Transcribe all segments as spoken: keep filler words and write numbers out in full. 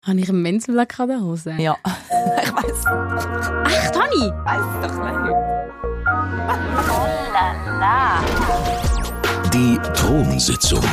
Habe ich einen Menschenfleck an der Hose? Ja. Ich weiss. Echt, habe ich? Weiss doch nicht. Oh la la. Die Thronsitzung.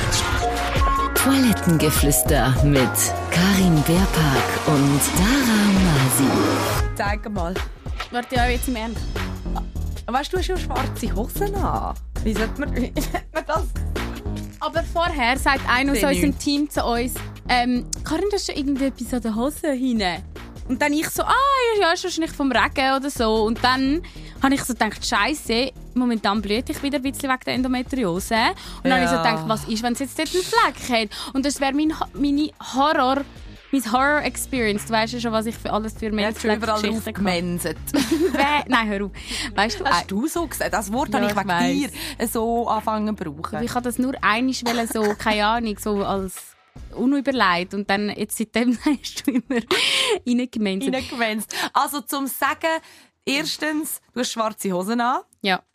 Toilettengeflüster mit Karin Beerpark und Dara Masi. Zeig mal. Warte, ja, jetzt im Ernst. Weißt du, du hast ja schwarze Hosen an. Wie sollte man, wie sollte man das? Aber vorher sagt einer aus Sehr unserem nicht. Team zu uns, ähm, Karin, du hast schon irgendetwas an der Hose hinein. Und dann ich so, ah, ja, ist wahrscheinlich vom Regen oder so. Und dann habe ich so gedacht, Scheiße, momentan blüht ich wieder ein bisschen wegen der Endometriose. Und dann Ja. habe ich so gedacht, was ist, wenn es jetzt dort einen Fleck hat? Und das wäre mein, meine Horror, mein Horror-Experience. Du weißt ja schon, was ich für alles für Er hat schon überall Menschenfleck-Geschichten aufgemenset. Wer- Nein, hör auf. Weißt du, Hast du so gesagt? Das Wort Ja, habe ich ich wegen weiss. dir so angefangen zu brauchen. ich habe das nur einmal wollen, so, keine Ahnung, so als unüberlegt. Und dann, jetzt seitdem hast du immer reingemeint. Reingewänzt. Also zum Sagen, erstens, du hast schwarze Hosen an. Ja.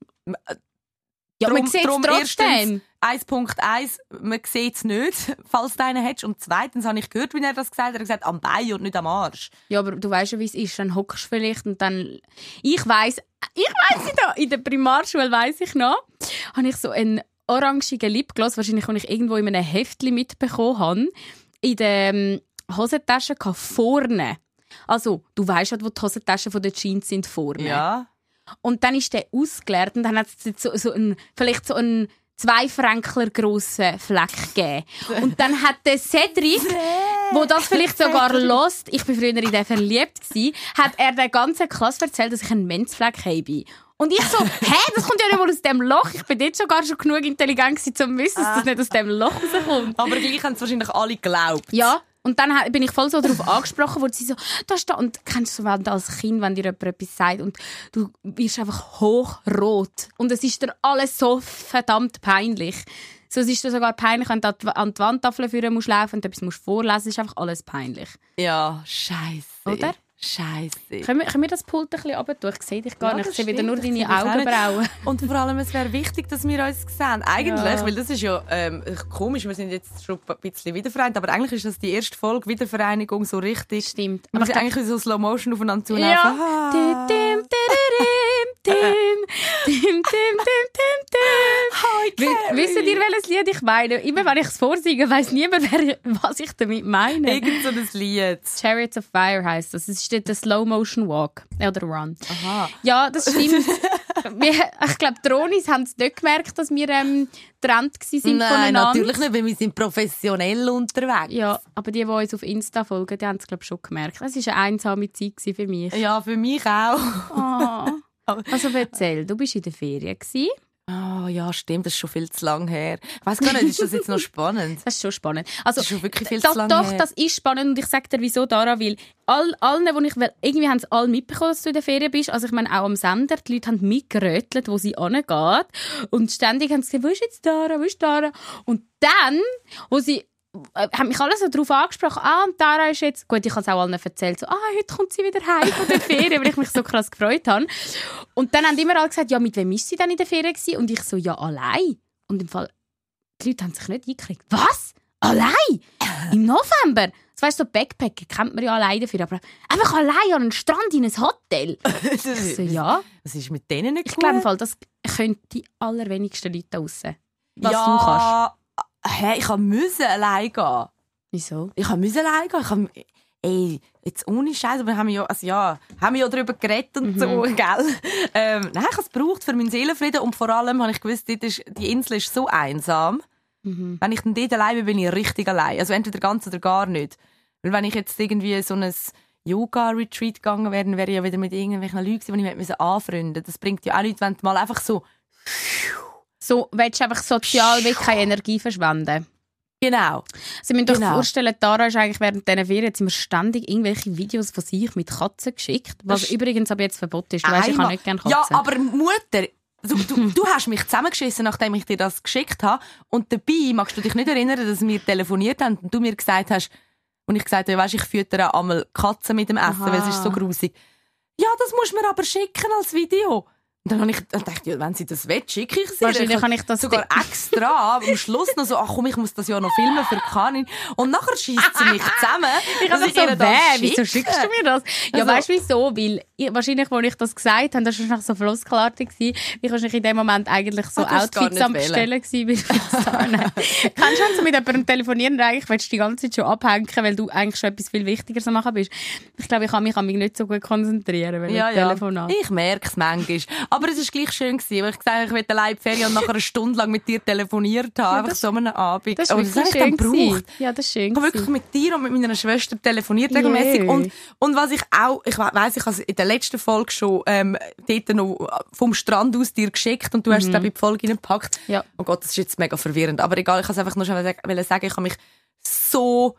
Ja, man sieht es trotzdem. erstens, eins Punkt eins, man sieht es nicht, falls du einen hättest. Und zweitens habe ich gehört, wie er das gesagt hat. Er hat gesagt, am Bein und nicht am Arsch. Ja, aber du weißt ja, wie es ist. Dann hockst du vielleicht und dann... Ich weiss, ich weiss in der, in der Primarschule, weiss ich noch, habe ich so einen orangigen Lipgloss, wahrscheinlich, den ich irgendwo in einem Heftchen mitbekommen habe, in der ähm, Hosentasche gehabt, vorne. Also, du weißt ja, wo die Hosentaschen von den Jeans sind, vorne. Ja. Und dann ist der ausgeleert und dann hat es so, so ein, vielleicht so einen zwei Fränkler grossen Fleck gegeben. Und dann hat der Cedric, wo das vielleicht sogar lost, ich war früher in den verliebt gsi, hat er der ganzen Klasse erzählt, dass ich einen Menzfleck habe. Und ich so, hä, das kommt ja nicht mal aus dem Loch. Ich bin dort schon gar schon genug intelligent gewesen, um zu wissen, dass das nicht aus dem Loch rauskommt. Aber gleich haben es wahrscheinlich alle geglaubt. Ja. Und dann ha- bin ich voll so darauf angesprochen worden, sie so, da ist da. Und kennst du, wenn du als Kind, wenn dir jemand etwas sagt und du wirst einfach hochrot. Und es ist dir alles so verdammt peinlich. So, es ist dir sogar peinlich, wenn du an die- an die Wandtafel führen musst laufen und etwas musst vorlesen, ist einfach alles peinlich. Ja, scheisse. Oder? Scheisse. Können wir, können wir das Pult ein bisschen runter tun? Ich sehe dich gar Ja, nicht. das Ich sehe wieder stimmt. nur Ich deine sehe dich auch nicht. Augenbrauen. Und vor allem, es wäre wichtig, dass wir uns sehen. Eigentlich, Ja. weil das ist ja ähm, komisch, wir sind jetzt schon ein bisschen wiedervereint, aber eigentlich ist das die erste Folge Wiedervereinigung so richtig. Stimmt. Wir Aber sind eigentlich so Slow Motion aufeinander zu ja. Ah. Dim, dim, dim, dim, dim, dim, dim, dim, dim. Hi, Wi- Wisst ihr, welches Lied ich meine? Immer wenn ich es vorsinge, weiss niemand, wer, was ich damit meine. Irgend so ein Lied. Chariots of Fire heisst das. Es steht der Slow Motion Walk. Oder Run. Aha. Ja, das stimmt. wir, ich glaube, die Ronis haben es nicht gemerkt, dass wir ähm, getrennt waren Nein, voneinander. natürlich nicht, weil wir sind professionell unterwegs. Ja, aber die, die uns auf Insta folgen, die haben es, glaube ich, schon gemerkt. Es war eine einsame Zeit für mich. Ja, für mich auch. Oh. Also erzähl, du warst in der Ferien gewesen. Oh, ja, stimmt, das ist schon viel zu lang her. Ich weiss gar nicht, ist das jetzt noch spannend? Das ist schon spannend. Also, Das ist schon wirklich viel doch, zu lang doch, her. das ist spannend und ich sage dir, wieso, Dara, weil all, allen, wo ich, weil irgendwie haben es alle mitbekommen, dass du in der Ferien bist. Also ich meine, auch am Sender, die Leute haben mitgerötelt, wo sie hingeht und ständig haben sie gesagt, wo ist jetzt Dara, wo ist Dara? Und dann, wo sie äh, haben mich alle so darauf angesprochen, ah, und Dara ist jetzt, gut, ich habe es auch allen erzählt, so, ah, heute kommt sie wieder heim von der Ferien, weil ich mich so krass gefreut habe. Und dann haben immer alle gesagt, ja, mit wem ist sie denn in der Ferien gewesen? Und ich so, ja, allein. Und im Fall, die Leute haben sich nicht eingekriegt. Was? Allein? Im November? Das weißt du, so Backpacker kennt man ja alleine dafür, aber einfach allein an einen Strand in ein Hotel. Ich so, ja. Was ist mit denen nicht Ich gut? glaube, im Fall, das können die allerwenigsten Leute raus. Was ja, du kannst. Hä, ich musste allein gehen. Wieso? Ich musste allein gehen. Ich hab, ey, jetzt ohne Scheiß, aber wir haben ja, also ja, haben wir ja darüber geredet und Mhm. so, gell? Ähm, nein, ich habe es gebraucht für meinen Seelenfrieden und vor allem habe ich gewusst, dort ist, die Insel ist so einsam. Mhm. Wenn ich dann dort allein bin, bin ich richtig allein. Also entweder ganz oder gar nicht. Weil wenn ich jetzt irgendwie so ein Yoga-Retreat gegangen wäre, dann wäre ich ja wieder mit irgendwelchen Leuten gewesen, die ich mich anfreunden musste. Das bringt ja auch nichts, wenn du mal einfach so... So willst du einfach sozial wie keine Energie verschwenden. Genau. Sie müssen sich Genau. vorstellen, Tara ist eigentlich während dieser Ferien jetzt immer ständig irgendwelche Videos von sich mit Katzen geschickt, was Das- übrigens aber jetzt verboten ist. Du weißt, ich Einmal- habe nicht gerne Ja, Katzen. aber Mutter, du, du, du hast mich zusammengeschissen, nachdem ich dir das geschickt habe. Und dabei magst du dich nicht erinnern, dass wir telefoniert haben und du mir gesagt hast, und ich gesagt habe, weißt, ich füttere einmal Katzen mit dem Essen, Aha. weil es ist so grusig. Ja, das musst du mir aber schicken als Video. Und dann habe ich dann dachte, ja, wenn sie das will, schicke ich sie. Wahrscheinlich kann ich das sogar extra am Schluss noch so, ach komm, ich muss das ja noch filmen für Karin. Und nachher schießt sie mich zusammen. Ich habe so, weh, wieso schickst du mir das? Ja, also, weißt du wieso? Weil ich, wahrscheinlich, als ich das gesagt habe, das war wahrscheinlich so floskelartig gewesen. Ich war wahrscheinlich in dem Moment eigentlich so ach, Outfits am Bestellen gewesen. Kannst du wenn du mit jemandem telefonieren, eigentlich willst du die ganze Zeit schon abhängen, weil du eigentlich schon etwas viel Wichtiger zu machen bist. Ich glaube, ich kann mich, kann mich nicht so gut konzentrieren, wenn ja, ich ja. Telefon habe. Ich merke es manchmal. Aber es war gleich schön gewesen, weil ich gesagt habe, ich will allein in die Ferien und nachher eine Stunde lang mit dir telefoniert haben, ja, einfach so einen Abend. Das ist wirklich das schön gewesen. Ja, das ist schön. Ich habe wirklich mit dir und mit meiner Schwester telefoniert regelmäßig. Yeah. Und, und was ich auch, ich weiss, ich habe in der letzten Folge schon ähm, dort noch vom Strand aus dir geschickt und du hast es, mhm. glaube ich, in die Folge reingepackt. Ja. Oh Gott, das ist jetzt mega verwirrend. Aber egal, ich kann es einfach nur schon sagen, ich habe mich so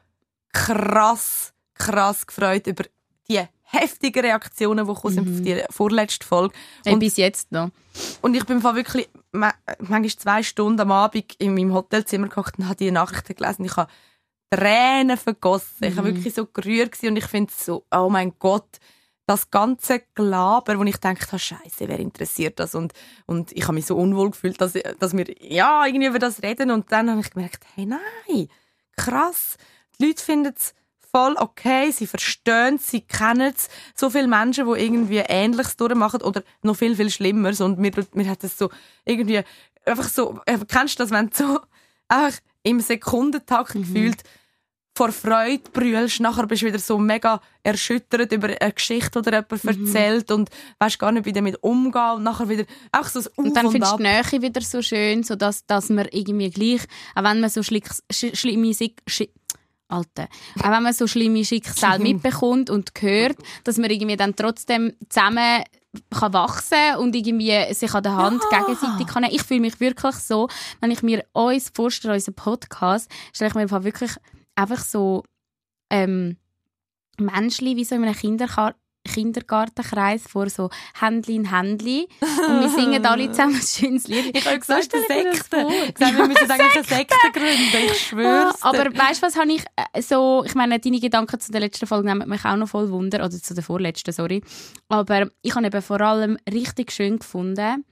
krass, krass gefreut über die heftige Reaktionen, die gekommen sind, mhm. auf die vorletzte Folge. Und bis jetzt noch. Und ich bin wirklich manchmal zwei Stunden am Abend in meinem Hotelzimmer gehockt und habe die Nachrichten gelesen. Ich habe Tränen vergossen. Mhm. Ich war wirklich so gerührt und ich finde so, oh mein Gott, das ganze Gelaber, wo ich gedacht habe, Scheiße, wer interessiert das? Und, und ich habe mich so unwohl gefühlt, dass, dass wir ja, irgendwie über das reden. Und dann habe ich gemerkt, hey, nein, krass. Die Leute finden es voll okay, sie verstehen es, sie kennen es. So viele Menschen, die irgendwie Ähnliches durchmachen oder noch viel, viel Schlimmeres. Und mir, mir hat das so irgendwie einfach so, kennst du das, wenn du so einfach im Sekundentakt mhm. gefühlt vor Freude brüllst, nachher bist du wieder so mega erschüttert über eine Geschichte, die dir jemand mhm. erzählt und weisst gar nicht, wie damit umgehen und nachher wieder auch so das Auf und dann und findest ab. du die Nähe wieder so schön, so dass, dass man irgendwie gleich, auch wenn man so schlick, sch, schlimme Schick, Schick, Alter, auch wenn man so schlimme Schicksale mitbekommt und hört, dass man irgendwie dann trotzdem zusammen kann wachsen und irgendwie sich an der Hand ja. gegenseitig kann. Ich fühle mich wirklich so, wenn ich mir uns vorstelle, unseren Podcast, stelle ich mir einfach wirklich einfach so ähm, Menschli wie so in einem Kinderkar- Kindergartenkreis vor, so Händli in Händli. Und wir singen alle zusammen ein schönes Lied. Ich habe gesagt, so eine Sekte. Ich sage, wir müssen eigentlich eine Sekte gründen. Ich schwöre. Ah, aber weißt du, was habe ich äh, so... Ich meine, deine Gedanken zu der letzten Folge nehmen mich auch noch voll Wunder. Oder zu der vorletzten, sorry. Aber ich habe eben vor allem richtig schön gefunden,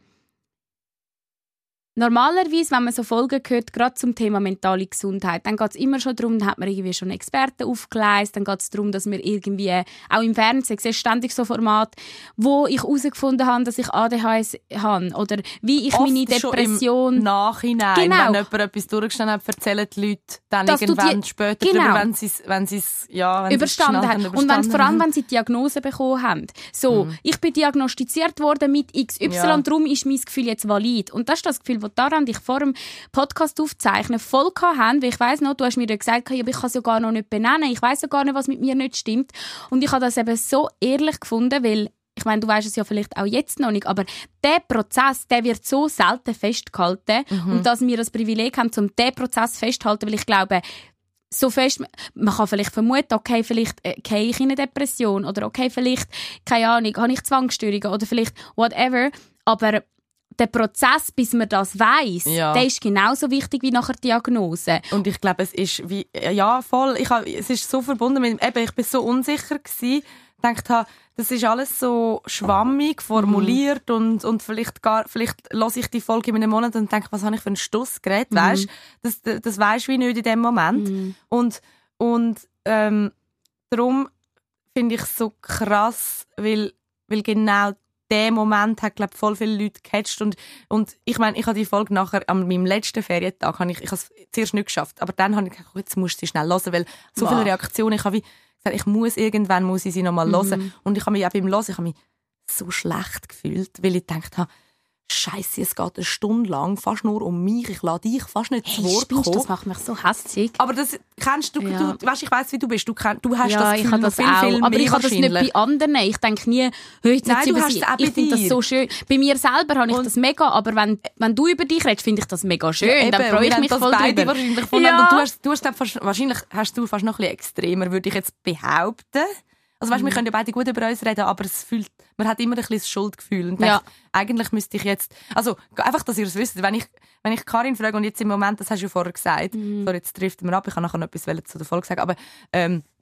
normalerweise, wenn man so Folgen hört, gerade zum Thema mentale Gesundheit, dann geht es immer schon darum, dann hat man irgendwie schon Experten aufgeleistet, dann geht es darum, dass wir irgendwie, auch im Fernsehen, sehe ständig so Formate, wo ich herausgefunden habe, dass ich A D H S habe oder wie ich oft meine Depression... Im Nachhinein, genau. wenn jemand etwas durchgestanden hat, erzählen die Leute dann dass irgendwann die, später genau. darüber, wenn sie es wenn ja, wenn überstanden haben. Und wenn, vor allem, haben. wenn sie Diagnose bekommen haben. So, mhm. ich bin diagnostiziert worden mit X Y, ja. darum ist mein Gefühl jetzt valid. Und das ist das Gefühl, das daran ich vor dem Podcast aufzeichnen voll haben, weil ich weiss noch, du hast mir ja gesagt, ich kann es ja gar noch nicht benennen, ich weiss ja gar nicht, was mit mir nicht stimmt. Und ich habe das eben so ehrlich gefunden, weil ich meine, du weißt es ja vielleicht auch jetzt noch nicht, aber der Prozess, der wird so selten festgehalten mhm. und dass wir das Privileg haben, um diesen Prozess festzuhalten, weil ich glaube, so fest, man kann vielleicht vermuten, okay, vielleicht äh, gehe ich in eine Depression oder okay, vielleicht, keine Ahnung, habe ich Zwangsstörungen oder vielleicht whatever, aber der Prozess, bis man das weiss, ja. der ist genauso wichtig wie nachher die Diagnose. Und ich glaube, es ist wie, ja, voll, ich hab, es ist so verbunden mit, eben, ich bin so unsicher gewesen, dachte, das ist alles so schwammig formuliert mhm. und, und vielleicht gar, vielleicht höre ich die Folge in einem Monat und denke, was habe ich für einen Stuss geredet, mhm. weißt? Das, das weisst du wie nicht in dem Moment. Mhm. Und, und, ähm, darum finde ich es so krass, weil, weil genau der Moment hat, glaube ich, voll viele Leute gecatcht. Und, und ich meine, ich habe die Folge nachher, an meinem letzten Ferientag, habe ich, ich habe es zuerst nicht geschafft. Aber dann habe ich gedacht, jetzt musst du sie schnell hören, weil so viele Reaktionen, ich habe wie gesagt, ich muss irgendwann, muss ich sie noch mal mhm. hören. Und ich habe mich auch beim Hören, ich habe mich so schlecht gefühlt, weil ich gedacht habe, Scheiße, es geht eine Stunde lang fast nur um mich. Ich lasse dich fast nicht hey, zu Wort spinnst, kommen. Das macht mich so hässig. Aber das kennst du, ja. du weißt, ich weiss, wie du bist. Du, du hast ja, das Gefühl ich habe das viel, auch. viel mehr aber ich habe das nicht bei anderen. Ich denke nie, heute Nein, über du hast sie. es auch bei Ich finde das dir. so schön. Bei mir selber habe ich und das mega, aber wenn, wenn du über dich redest, finde ich das mega schön. Ja, dann freue ich mich das voll beide drüber. Wahrscheinlich von ja. Und du hast, du hast fast, wahrscheinlich hast du fast noch ein bisschen extremer, würde ich jetzt behaupten. Also weißt, mhm. wir können ja beide gut über uns reden, aber es fühlt, man hat immer ein bisschen das Schuldgefühl. Und ja. denkt, eigentlich müsste ich jetzt, also einfach, dass ihr es wisst, wenn ich, wenn ich Karin frage und jetzt im Moment, das hast du ja vorher gesagt, mhm. so jetzt trifft man ab, ich kann nachher noch etwas zu der Folge sagen, aber ähm,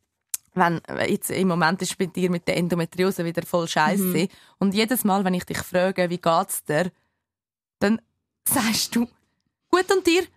wenn, jetzt im Moment ist bei dir mit der Endometriose wieder voll scheiße. Mhm. Und jedes Mal, wenn ich dich frage, wie geht's dir, dann sagst du, gut und dir?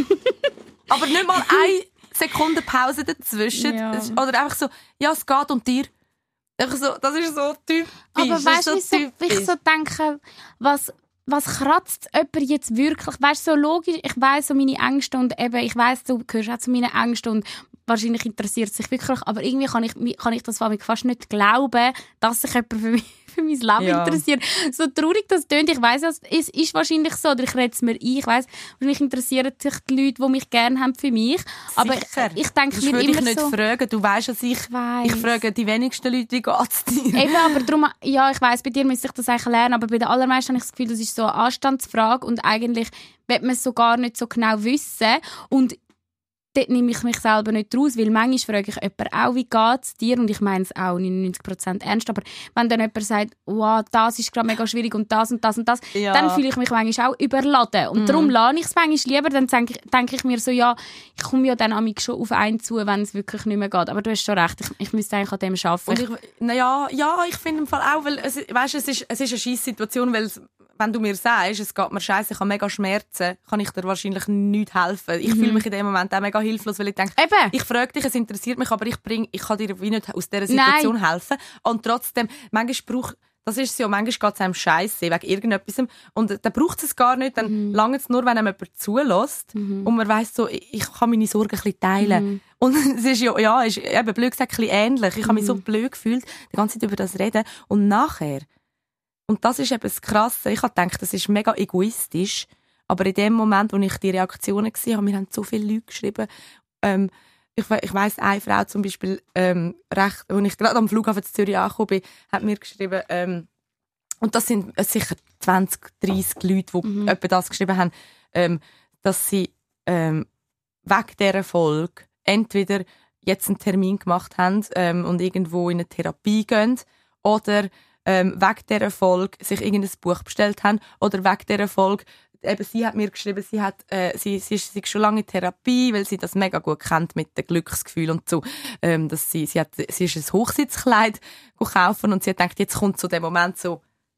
Aber nicht mal eine Sekunde Pause dazwischen. Ja. Oder einfach so, ja, es geht und dir. Einfach so, das ist so typisch. Aber weißt du, so so, ich so denke, was, was kratzt jemand jetzt wirklich? Weißt du, so logisch, ich weiss so meine Ängste und eben, ich weiss, du gehörst auch zu meinen Ängsten und wahrscheinlich interessiert es sich wirklich, aber irgendwie kann ich, kann ich das fast nicht glauben, dass sich jemand für mich für mein Leben ja. interessiert. So traurig das tönt, ich weiss, es ist wahrscheinlich so, oder ich rede es mir ein, ich weiss, mich interessieren sich die Leute, die mich gerne haben für mich, aber Sicher. ich denke ich mir würde immer dich nicht so, fragen, du weisst, dass ich, ich, ich frage die wenigsten Leute, wie geht's dir? Eben, aber darum, ja, ich weiss, bei dir müsste ich das eigentlich lernen, aber bei den allermeisten habe ich das Gefühl, das ist so eine Anstandsfrage und eigentlich will man es so gar nicht so genau wissen und dort nehme ich mich selber nicht raus, weil manchmal frage ich jemanden auch, wie geht es dir? Und ich meine es auch neunundneunzig Prozent ernst, aber wenn dann jemand sagt, wow, das ist gerade mega schwierig und das und das und das, ja. dann fühle ich mich manchmal auch überladen. Und mhm. darum lerne ich es manchmal lieber, dann denke denk ich mir so, ja, ich komme ja dann amig schon auf einen zu, wenn es wirklich nicht mehr geht. Aber du hast schon recht, ich, ich müsste eigentlich an dem arbeiten. Und ich, na ja, ja, ich finde im Fall auch, weil es, weißt, es, ist, es ist eine Scheisse-Situation, weil es, wenn du mir sagst, es geht mir scheiße, ich habe mega Schmerzen, kann ich dir wahrscheinlich nicht helfen. Ich mhm. fühle mich in dem Moment auch mega hilflos, weil ich denke, Eben. ich frage dich, es interessiert mich, aber ich, bring, ich kann dir wie nicht aus dieser Situation Nein. helfen. Und trotzdem, manchmal braucht, das ist so, manchmal geht es einem scheiße wegen irgendetwas und dann braucht es gar nicht, dann mhm. lange es nur, wenn einem jemand zulässt mhm. und man weiss so, ich, ich kann meine Sorgen ein bisschen teilen. Mhm. Und es ist ja, ja, ist eben blöd gesagt ein bisschen ähnlich. Ich mhm. habe mich so blöd gefühlt, die ganze Zeit über das reden und nachher, und das ist eben das Krasse, ich habe gedacht, das ist mega egoistisch, aber in dem Moment, wo ich die Reaktionen gesehen habe, mir haben so viele Leute geschrieben, ähm, ich, ich weiss, eine Frau zum Beispiel, ähm, recht, als ich gerade am Flughafen zu Zürich angekommen bin, hat mir geschrieben, ähm, und das sind äh, sicher zwanzig, dreissig Leute, die mhm. etwa das geschrieben haben, ähm, dass sie ähm, wegen dieser Folge entweder jetzt einen Termin gemacht haben ähm, und irgendwo in eine Therapie gehen oder ähm, wegen dieser Folge sich irgendein Buch bestellt haben oder wegen dieser Folge, eben sie hat mir geschrieben, sie, hat, äh, sie, sie, ist, sie ist schon lange in Therapie, weil sie das mega gut kennt mit dem Glücksgefühl und so. Ähm, dass sie, sie, hat, sie ist ein Hochsitzkleid gekauft und sie hat gedacht, jetzt kommt so der Moment so,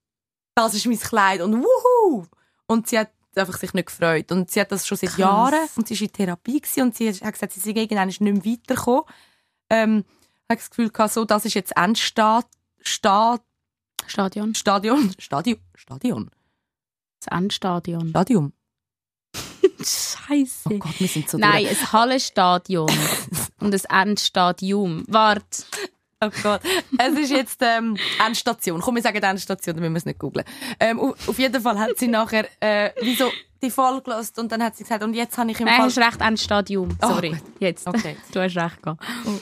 das ist mein Kleid und wuhu! Und sie hat einfach sich nicht gefreut. Und sie hat das schon seit Krass. Jahren und sie war in Therapie und sie hat gesagt, sie sei irgendwann nicht mehr weitergekommen. Ähm, hat das Gefühl gehabt, so, das ist jetzt Endstadion. Stadion. Stadion. Stadion. Stadion. Das Endstadion. Stadion. Scheiße. Oh Gott, wir sind so Nein, durch. ein Hallenstadion und ein Endstadium. Warte. Oh Gott. Es ist jetzt ähm, Endstation. Komm, wir sagen Endstation, dann müssen wir es nicht googlen. Ähm, auf jeden Fall hat sie nachher äh, wie so die Folge gelassen und dann hat sie gesagt, und jetzt habe ich im Nein, Fall... Nein, hast recht, Endstadium. Sorry. Oh, jetzt. Okay. Du hast recht gehabt.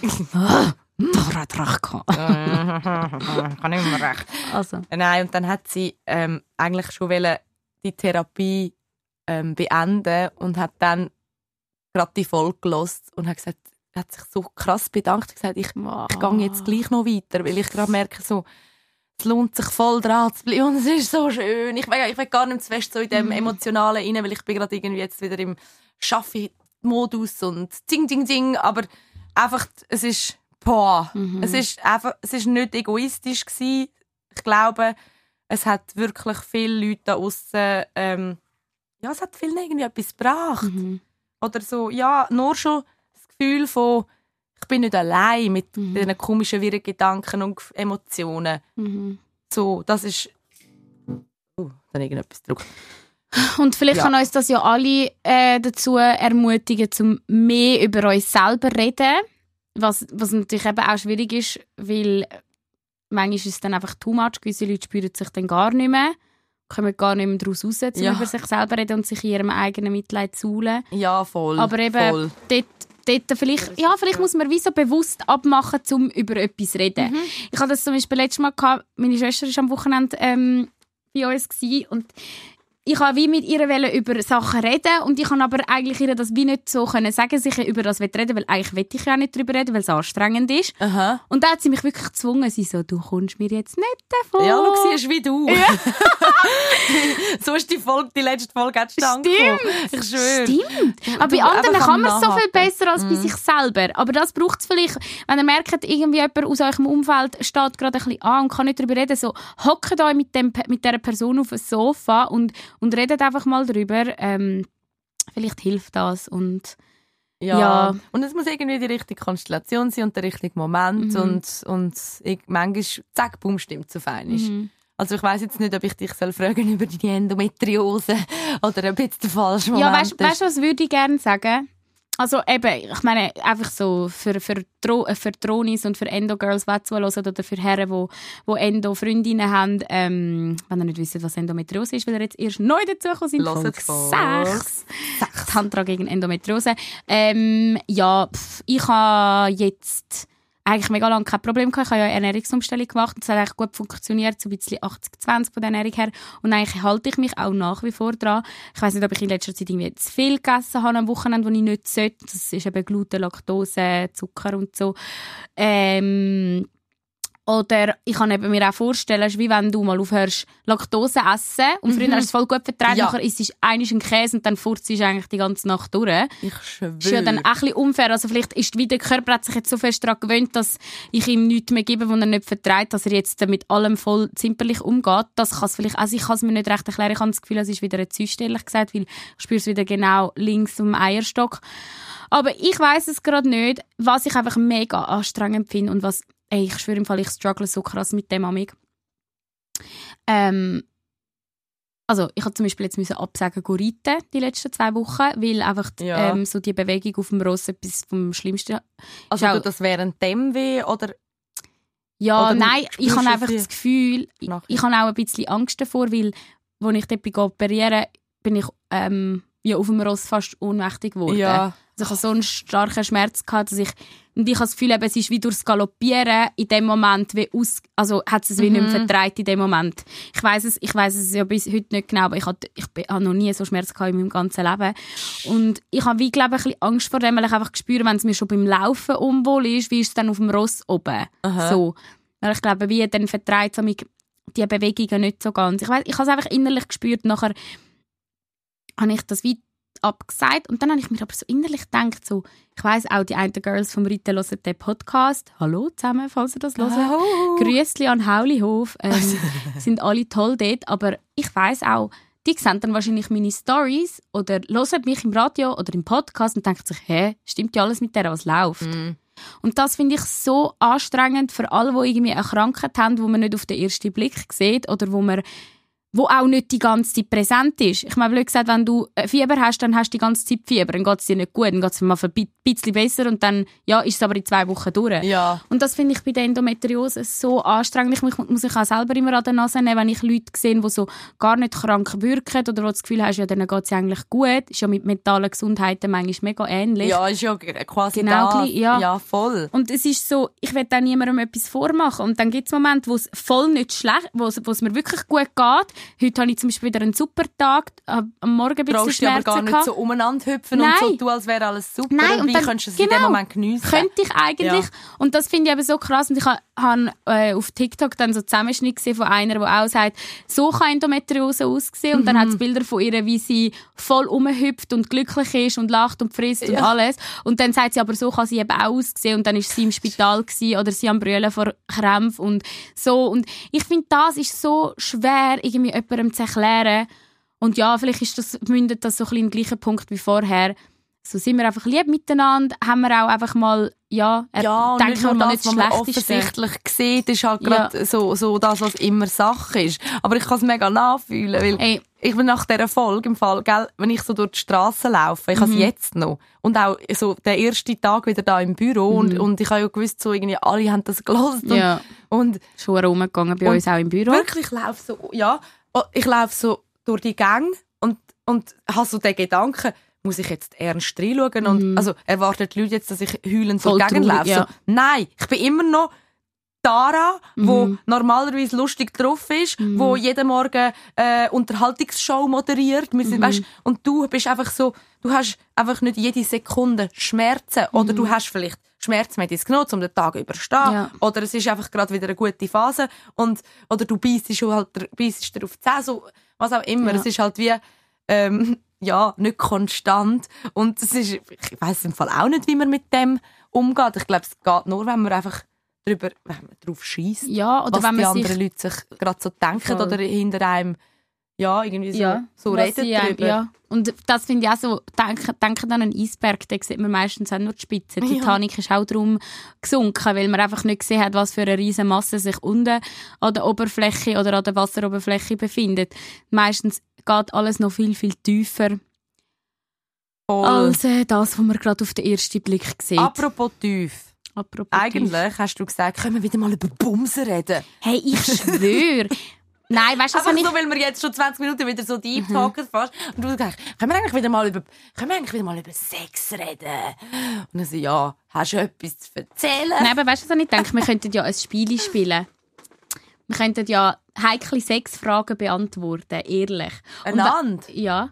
Da hat recht gehabt. Ich habe nicht mehr recht. Also. Nein, und dann hat sie ähm, eigentlich schon wollen die Therapie ähm, beenden und hat dann gerade die Folge gehört und hat gesagt, hat sich so krass bedankt und gesagt, ich, wow. ich gehe jetzt gleich noch weiter, weil ich gerade merke, so, es lohnt sich voll dran zu bleiben und es ist so schön. Ich will, ich will gar nicht zu fest so in dem Emotionalen rein, weil ich bin gerade irgendwie jetzt wieder im Schaffi-Modus und zing, zing, zing, aber einfach, es ist, boah, mhm. es ist einfach, es ist nicht egoistisch gewesen. Ich glaube, es hat wirklich viele Leute da aussen, ähm, ja, es hat vielen irgendwie etwas gebracht. Mhm. Oder so, ja, nur schon das Gefühl von, ich bin nicht allein mit mhm. diesen komischen, wirren Gedanken und Emotionen. Mhm. So, das ist... Oh, dann irgendetwas gedrückt. Und vielleicht ja. kann uns das ja alle äh, dazu ermutigen, um mehr über uns selber zu reden. Was, was natürlich eben auch schwierig ist, weil manchmal ist es dann einfach too much. Gewisse Leute spüren sich dann gar nicht mehr, kommen gar nicht mehr daraus raus, um ja. über sich selber reden und sich in ihrem eigenen Mitleid suhlen. Ja, voll. Aber eben, voll. Dort, dort vielleicht, ja, vielleicht muss man wie so bewusst abmachen, um über etwas zu reden. Mhm. Ich hatte das zum Beispiel letztes Mal gehabt, meine Schwester war am Wochenende ähm, bei uns gewesen, und ich wollte wie mit ihr über Sachen reden und ich kann aber eigentlich ihr das wie nicht so können sagen, dass ich über das reden will, weil eigentlich will ich ja nicht darüber reden, weil es anstrengend ist. Aha. Und dann hat sie mich wirklich gezwungen, sie so, du kommst mir jetzt nicht davon. Ja, du siehst wie du. Ja. So ist die Folge, die letzte Folge entstanden. Stimmt. Ich schwöre. Stimmt. Aber bei anderen kann man es so viel besser als mm. bei sich selber. Aber das braucht es vielleicht, wenn ihr merkt, irgendwie jemand aus eurem Umfeld steht gerade ein bisschen an und kann nicht darüber reden, so hockt euch mit, dem, mit dieser Person auf das Sofa und, und redet einfach mal darüber. Ähm, vielleicht hilft das. Und Ja. ja. Und es muss irgendwie die richtige Konstellation sein und der richtige Moment. Mhm. Und, und ich, manchmal, zack, bumm, stimmt so fein ist. Mhm. Also ich weiss jetzt nicht, ob ich dich soll fragen über deine Endometriose oder ob jetzt der falsche Moment ja, weißt, ist. Weißt du, was würde ich gerne sagen? Also eben, ich meine, einfach so für, für, Tro- für Tronis und für Endo-Girls, die zuhören, oder für Herren, die, die Endo-Freundinnen haben, ähm, wenn ihr nicht wisst, was Endometriose ist, weil ihr jetzt erst neu dazugekommen sind, Folge sechs. Tantra gegen Endometriose. Ähm, ja, pff, ich habe jetzt eigentlich mega lange kein Problem gehabt. Ich habe ja eine Ernährungsumstellung gemacht und es hat eigentlich gut funktioniert, so ein bisschen achtzig zwanzig von der Ernährung her. Und eigentlich halte ich mich auch nach wie vor dran. Ich weiss nicht, ob ich in letzter Zeit irgendwie zu viel gegessen habe am Wochenende, wo ich nicht sollte. Das ist eben Gluten, Laktose, Zucker und so. Ähm... Oder ich kann eben mir auch vorstellen, es ist wie wenn du mal aufhörst, Laktose essen und früher Mhm. hast du es voll gut vertreibt, Ja. nachher isst du einmal einen Käse und dann furzt du eigentlich die ganze Nacht durch. Ich schwöre. Das ist ja dann auch ein bisschen unfair. Also vielleicht ist wie der Körper hat sich jetzt so fest daran gewöhnt, dass ich ihm nichts mehr gebe, was er nicht vertreibt, dass er jetzt mit allem voll zimperlich umgeht. Das kann es vielleicht, also ich kann es mir nicht recht erklären. Ich habe das Gefühl, es ist wieder eine Zyste, ehrlich gesagt, weil ich spüre es wieder genau links am Eierstock. Aber ich weiss es gerade nicht, was ich einfach mega anstrengend finde und was, ey, ich schwöre im Fall, ich struggle so krass mit dem amig. Ähm, also ich habe zum Beispiel jetzt müssen absagen go reiten die letzten zwei Wochen, weil einfach Ja. ähm, so die Bewegung auf dem Ross etwas vom Schlimmsten. Also Ist auch- tut das während dem weh oder Ja, Oder nein, ich spürst habe du einfach sie das Gefühl, ich, nachher? ich habe auch ein bisschen Angst davor, weil als ich dort bin operieren, bin ich ähm, ja, auf dem Ross fast ohnmächtig geworden. Ja. Also ich hatte so einen starken Schmerz gehabt, dass ich, und ich habe das Gefühl, eben, es ist wie durchs Galoppieren in dem Moment, wie aus, also hat es wie Mhm. nicht mehr vertreibt in dem Moment. Ich weiss es, ich weiss es ja bis heute nicht genau, aber ich hatte, ich habe noch nie so Schmerz gehabt in meinem ganzen Leben. Und ich habe wie, glaube ich, ein bisschen Angst vor dem, weil ich einfach spüre, wenn es mir schon beim Laufen unwohl ist, wie ist es dann auf dem Ross oben. Aha. So. Weil ich glaube, wie dann vertreibt es mich die Bewegungen nicht so ganz. Ich weiss, ich habe es einfach innerlich gespürt, nachher habe ich das wie abgesagt und dann habe ich mir aber so innerlich gedacht, so, ich weiss auch, die einen Girls vom Ritten hören den Podcast. Hallo zusammen, falls ihr das hört. Oh. Grüßli an Haulihof. Ähm, sind alle toll dort, aber ich weiss auch, die sehen dann wahrscheinlich meine Stories oder hören mich im Radio oder im Podcast und denken sich, hä, stimmt ja alles mit der, was läuft. Mm. Und das finde ich so anstrengend für alle, die irgendwie eine Krankheit haben, die man nicht auf den ersten Blick sieht oder wo man wo auch nicht die ganze Zeit präsent ist. Ich meine, blöd gesagt, wenn du Fieber hast, dann hast du die ganze Zeit Fieber, dann geht es dir nicht gut, dann geht es mal ein bisschen besser und dann ja, ist es aber in zwei Wochen durch. Ja. Und das finde ich bei der Endometriose so anstrengend. Ich muss, muss ich auch selber immer an der Nase nehmen, wenn ich Leute sehe, die so gar nicht krank wirken oder wo das Gefühl hast, ja, denen geht es eigentlich gut. Ist ja mit mentaler Gesundheit manchmal mega ähnlich. Ja, ist ja quasi Genau da. gleich, ja. ja, voll. Und es ist so, ich will auch niemandem etwas vormachen. Und dann gibt es Momente, wo es voll nicht schlecht, wo es, wo es mir wirklich gut geht. Heute habe ich zum Beispiel wieder einen super Tag, am Morgen ein bisschen Brauchst du aber Schmerzen gar nicht gehabt. so umeinander hüpfen Nein. und so tun, als wäre alles super. Nein, und und wie dann- könntest du es in genau. dem Moment geniessen? Könnte ich eigentlich. Ja. Und das finde ich eben so krass. Und ich habe hab, äh, auf TikTok dann so Zusammenschnitt gesehen von einer, die auch sagt, so kann Endometriose aussehen. Und dann Mhm. hat es Bilder von ihr, wie sie voll rumhüpft und glücklich ist und lacht und frisst und Ja. alles. Und dann sagt sie, aber so kann sie eben auch aussehen. Und dann ist sie im Spital gewesen, oder sie am Brüllen vor Krämpfen und so. Und ich finde, das ist so schwer, irgendwie jemandem zu erklären. Und ja, vielleicht ist das, mündet das so ein bisschen im gleichen Punkt wie vorher. So sind wir einfach lieb miteinander, haben wir auch einfach mal, ja, er- Ja, und denken nicht wir nur mal das, nicht was man Schlechteste. offensichtlich sieht, ist halt Ja. gerade so, so das, was immer Sache ist. Aber ich kann es mega nachfühlen, weil Ey. ich bin nach dieser Folge im Fall, gell, wenn ich so durch die Straße laufe, ich habe Mhm. es jetzt noch. Und auch so der erste Tag wieder da im Büro und, und ich habe ja gewusst, so irgendwie alle haben das gelesen. Mhm. Ja, Und, und schon rumgegangen bei Und uns auch im Büro. wirklich, ich laufe so, ja, ich laufe so durch die Gänge und, und habe so den Gedanken, muss ich jetzt ernst reinschauen? Und, also, erwarten die Leute jetzt, dass ich heulend Voll durch die Gegend traurig, laufe? ja. So, nein, ich bin immer noch Tara, Mhm. wo normalerweise lustig drauf ist, Mhm. wo jeden Morgen äh, Unterhaltungsshow moderiert. Wir sind, Mhm. weißt, und du bist einfach so, du hast einfach nicht jede Sekunde Schmerzen. Oder Mhm. du hast vielleicht Schmerzmedizin genommen, um den Tag zu überstehen. Ja. Oder es ist einfach gerade wieder eine gute Phase. Und, oder du beißt halt, beißt dir auf die Zähne, so, was auch immer. Ja. Es ist halt wie, ähm, ja, nicht konstant. Und es ist, ich weiss im Fall auch nicht, wie man mit dem umgeht. Ich glaube, es geht nur, wenn man einfach drüber, wenn man drauf schießt, Ja, oder was wenn die man anderen sich... Leute sich gerade so denken Voll. oder hinter einem, ja, irgendwie so, Ja, so was reden sie, ähm, drüber. ja. Und das finde ich auch so, denken, denken an einen Eisberg, da sieht man meistens auch nur die Spitze. Die Ja. Titanic ist auch darum gesunken, weil man einfach nicht gesehen hat, was für eine riesige Masse sich unten an der Oberfläche oder an der Wasseroberfläche befindet. Meistens geht alles noch viel, viel tiefer Voll. als äh, das, was man gerade auf den ersten Blick sieht. Apropos tief. Apropos Eigentlich tief. hast du gesagt, können wir wieder mal über Bumsen reden. Hey, ich schwöre. Nein, weißt du, das Einfach habe ich... so, weil wir jetzt schon zwanzig Minuten wieder so deep talken fast. Und du sagst, können wir eigentlich wieder mal über, können wir eigentlich wieder mal über Sex reden? Und dann so, ja, hast du etwas zu erzählen? Nein, aber weißt du, was ich denke? Wir könnten ja ein Spiel spielen. Wir könnten ja heikle Sexfragen beantworten, ehrlich. Und Einander? we- Ja.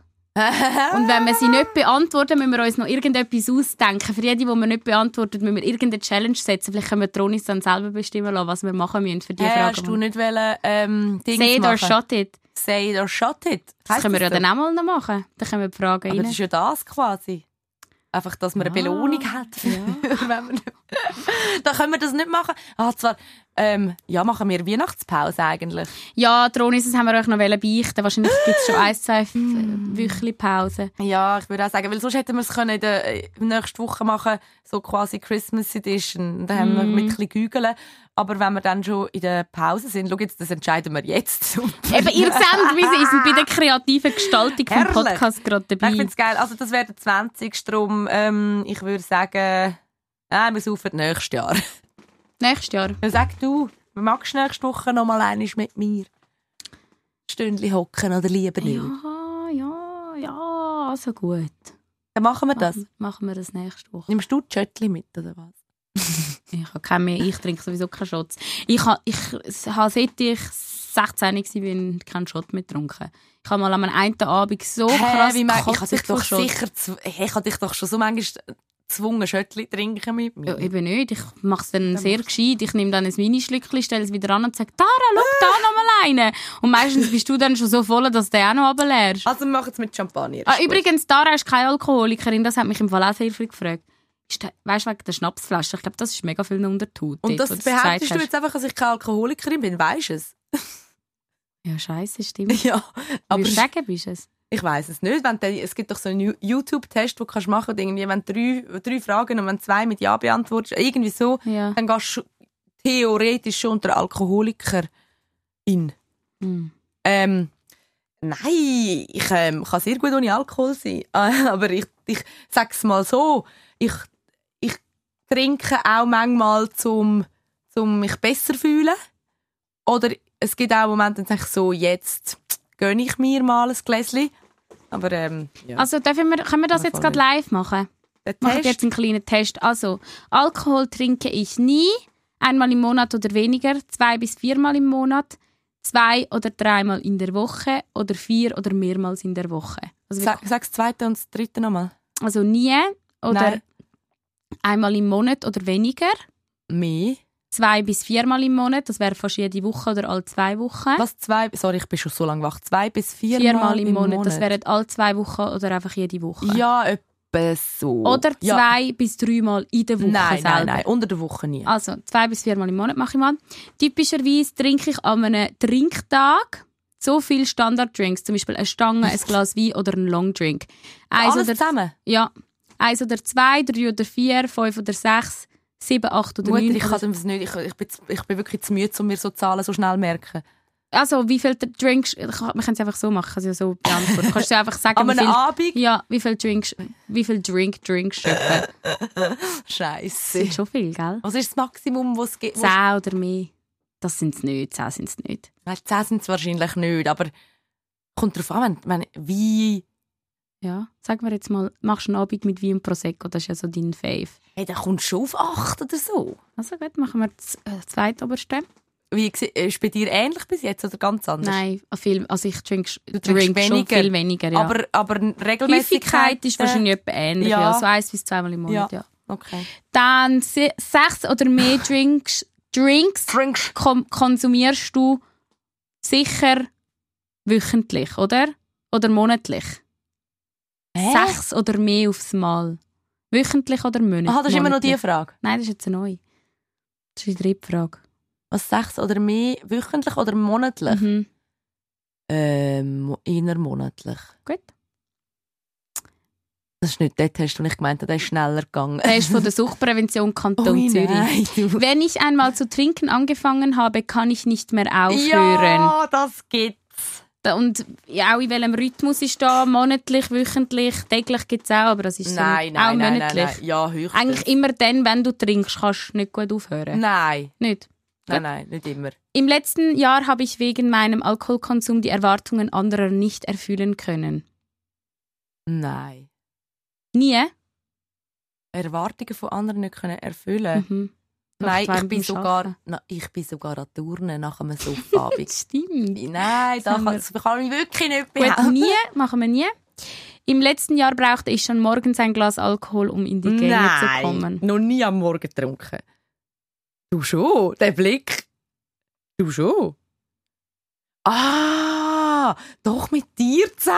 Und wenn wir sie nicht beantworten, müssen wir uns noch irgendetwas ausdenken. Für jede, die wir nicht beantwortet, müssen wir irgendeine Challenge setzen. Vielleicht können wir Tronis dann selber bestimmen lassen, was wir machen müssen für die Hey, Fragen. hast du nicht wollen, ähm, Dings Say it machen? or shot it. Say it or shot it. Das Heisst können wir ja so? dann auch mal noch machen. Dann können wir die Fragen Aber rein. das ist ja das quasi. Einfach, dass man eine Ah, Belohnung hat. ja. Wenn wir nicht... Dann können wir das nicht machen. Ah, zwar, ähm, ja, machen wir Weihnachtspause eigentlich. Ja, Tronis, das haben wir euch noch beichten. Wahrscheinlich gibt es schon ein, zwei Wöchchen Pause. Ja, ich würde auch sagen, weil sonst hätten wir es können in der äh, nächsten Woche machen, so quasi Christmas Edition. Da haben wir mit ein bisschen gügeln. Aber wenn wir dann schon in der Pause sind, schau jetzt, das entscheiden wir jetzt. Eben, ihr seht, wie sie sind bei der kreativen Gestaltung vom Herrlich. Podcast gerade dabei. Ich finde es geil. Also das wäre der zwanzigste Drum. Ähm, ich würde sagen, äh, wir saufen nächstes Jahr. Nächstes Jahr. Ja, sag du, magst du nächste Woche noch mal einmal mit mir Stündchen hocken oder lieber nicht? Ja, ja, ja, also gut. Dann machen wir das. Machen, machen wir das nächste Woche. Nimmst du die Schöttli mit, oder was? Ich habe keinen mehr, ich trinke sowieso keinen Shots. Ich habe, ich habe seit ich sechzehn war, keinen Shot mehr getrunken. Ich habe mal an einem einen Abend so krass wie mein, ich habe gekotzt dich doch vor Shots. sicher, zw- hey, ich habe dich doch schon so manchmal gezwungen, Schöttli zu trinken mit mir. Ja, eben nicht. Ich mache es dann sehr gescheit. Ich nehme dann ein Mini-Schlückchen, stelle es wieder an und sage, Tara, schau, da noch mal eine. Und meistens bist du dann schon so voll, dass du den auch noch runterleerst. Also wir machen es mit Champagner. Ah, ist gut. übrigens, Tara ist keine Alkoholikerin. Das hat mich im Fall auch sehr viel gefragt. Ist der- Weißt du, wegen der Schnapsflasche? Ich glaube, das ist mega viel unter die Haut. Und dort, das wo du behauptest gesagt du jetzt einfach, dass ich keine Alkoholikerin bin, weisst du es? hast. Ja, scheiße, stimmt. Ja, aber Würdest du sagen, bist du es? ich weiss es nicht. Wenn du, es gibt doch so einen YouTube-Test, den du kannst machen kannst, irgendwie, wenn du drei, drei Fragen und wenn du zwei mit Ja beantwortest, irgendwie so, Ja. dann gehst du theoretisch schon unter Alkoholikerin. Hm. Ähm, nein, ich ähm, kann sehr gut ohne Alkohol sein. Äh, aber ich, ich sag's mal so, ich, ich trinke auch manchmal, zum, zum mich besser fühlen. Oder es gibt auch Momente, dann sage ich so, jetzt gönne ich mir mal ein Gläschen. Aber ähm, ja, Also, dürfen wir, können wir das Ja, jetzt voll gerade live machen? der Mache Test. jetzt einen kleinen Test. Also, Alkohol trinke ich nie. Einmal im Monat oder weniger. Zwei bis viermal im Monat. Zwei oder dreimal in der Woche. Oder vier oder mehrmals in der Woche. Also, wir- Sag, sag das zweite und das dritte nochmal. also nie. Oder Nein. einmal im Monat oder weniger. Mehr. Zwei bis viermal im Monat. Das wäre fast jede Woche oder alle zwei Wochen. Was zwei? Sorry, ich bin schon so lange wach. Zwei bis viermal Viermal im, im Monat. Monat. Das wären alle zwei Wochen oder einfach jede Woche. Ja, etwa so. Oder Ja. zwei bis dreimal in der Woche Nein, selber. nein, nein. Unter der Woche nie. Also zwei bis viermal im Monat mache ich mal. Typischerweise trinke ich an einem Trinktag so viele Standarddrinks, zum Beispiel eine Stange, ein Glas Wein oder einen Longdrink. Eins Alles oder, zusammen? ja, eins oder zwei, drei oder vier, fünf oder sechs, sieben, acht oder Mutter, neun. ich kann das nicht. Ich, ich, bin, ich bin wirklich zu müde, um mir so Zahlen so schnell zu merken. Also wie viele Drinks, wir können es einfach so machen, also so beantworten. Du kannst dir einfach sagen, An wie einem viel, Abend? ja, wie viele Drinks, wie viel Drink, Drinks etwa. Das Scheisse. sind schon viel, gell? Was ist das Maximum, was es gibt? Was- Zehn oder mehr. Das sind es nicht, zehn sind es nicht. Nein, zehn sind es wahrscheinlich nicht, aber kommt darauf an, wenn, wenn, wie, Ja, sagen wir jetzt mal, machst du einen Abend mit Wein und Prosecco, das ist ja so dein Fave. Hey, der kommt schon auf acht oder so. Also gut, machen wir das äh, zweitoberste. Wie ist bei dir ähnlich bis jetzt oder ganz anders? Nein, viel, also ich trinke Du drink trinkst schon weniger. viel weniger. Ja. Aber, aber Regelmäßigkeit Häufigkeit ist wahrscheinlich etwa ähnlich, ja. ja. so eins bis zweimal im Monat. Ja. Ja. Okay. Dann se- sechs oder mehr Drinks, Drinks Drinks. kom- konsumierst du sicher wöchentlich, oder? Oder monatlich? Hä? Sechs oder mehr aufs Mal. Wöchentlich oder monatlich? Aha, das ist immer noch die Monatlich. Frage. Nein, das ist jetzt eine neue. Das ist die dritte Frage. Was, sechs oder mehr, wöchentlich oder monatlich? Mhm. Ähm, eher monatlich. Gut. Das ist nicht der Test, den ich gemeint habe, der ist schneller gegangen. Der ist von der Suchtprävention Kanton Ui, Zürich. nein, du. Wenn ich einmal zu trinken angefangen habe, kann ich nicht mehr aufhören. Ja, das gibt's. Und ja, auch in welchem Rhythmus ist da? Monatlich, wöchentlich, täglich gibt es auch, aber das ist so Nein, auch nein, nein, monatlich. nein, nein. Ja, höchstens. Eigentlich immer dann, wenn du trinkst, kannst du nicht gut aufhören. Nein. Nicht? Nein, nein, nicht immer. Im letzten Jahr habe ich wegen meinem Alkoholkonsum die Erwartungen anderer nicht erfüllen können. Nein. Nie? Erwartungen von anderen nicht können erfüllen. Mhm. Nein, Vielleicht ich bin, beim sogar, Arbeiten. na, ich bin sogar an Turnen nach einem Suffabend. Stimmt. Nein, Das das haben kann, wir- das kann ich wirklich nicht Gut, behaupten. nie, machen wir nie. Im letzten Jahr brauchte ich schon morgens ein Glas Alkohol, um in die Gänge zu kommen. noch nie am Morgen getrunken. Du schon, der Blick. Du schon. Ah, doch mit dir zusammen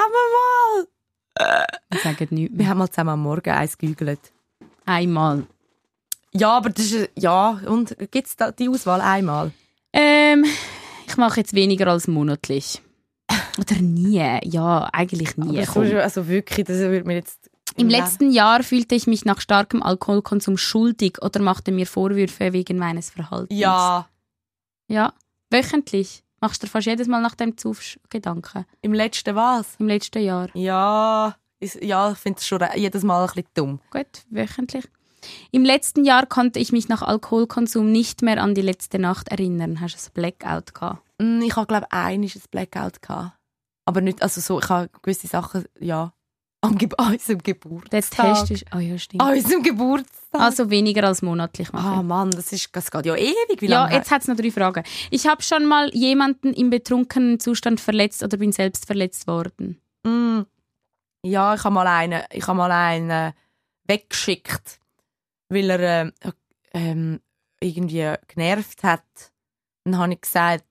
mal. Ich sage nichts Wir mehr. haben mal zusammen am Morgen eins gegoogelt. Einmal. Ja, aber das ist, ja, und gibt es die Auswahl einmal? Ähm, ich mache jetzt weniger als monatlich. Oder nie. Ja, eigentlich nie. Aber Komm. so, also wirklich, das würde mir jetzt... Im letzten Jahr fühlte ich mich nach starkem Alkoholkonsum schuldig oder machte mir Vorwürfe wegen meines Verhaltens. Ja, Ja, wöchentlich. Machst du dir fast jedes Mal nach dem Zuf Gedanken. im letzten was? Im letzten Jahr. Ja, ist, ja ich finde es schon jedes Mal ein bisschen dumm. Gut, wöchentlich. Im letzten Jahr konnte ich mich nach Alkoholkonsum nicht mehr an die letzte Nacht erinnern. Hast du ein Blackout gehabt? Mm, Ich habe, glaube ich, ein Blackout gehabt. Aber nicht, also so, ich habe gewisse Sachen, ja, an, Ge an unserem Der Geburtstag. Test ist... Ah ja, stimmt. An unserem Geburtstag. Also weniger als monatlich machen. ah Mann, das, ist, das geht ja ewig. Wie Ja, lange? jetzt hat es noch drei Fragen. Ich habe schon mal jemanden im betrunkenen Zustand verletzt oder bin selbst verletzt worden. Mm. Ja, ich habe mal einen, ich habe mal einen weggeschickt, weil er äh, ähm, irgendwie genervt hat. Dann habe ich gesagt,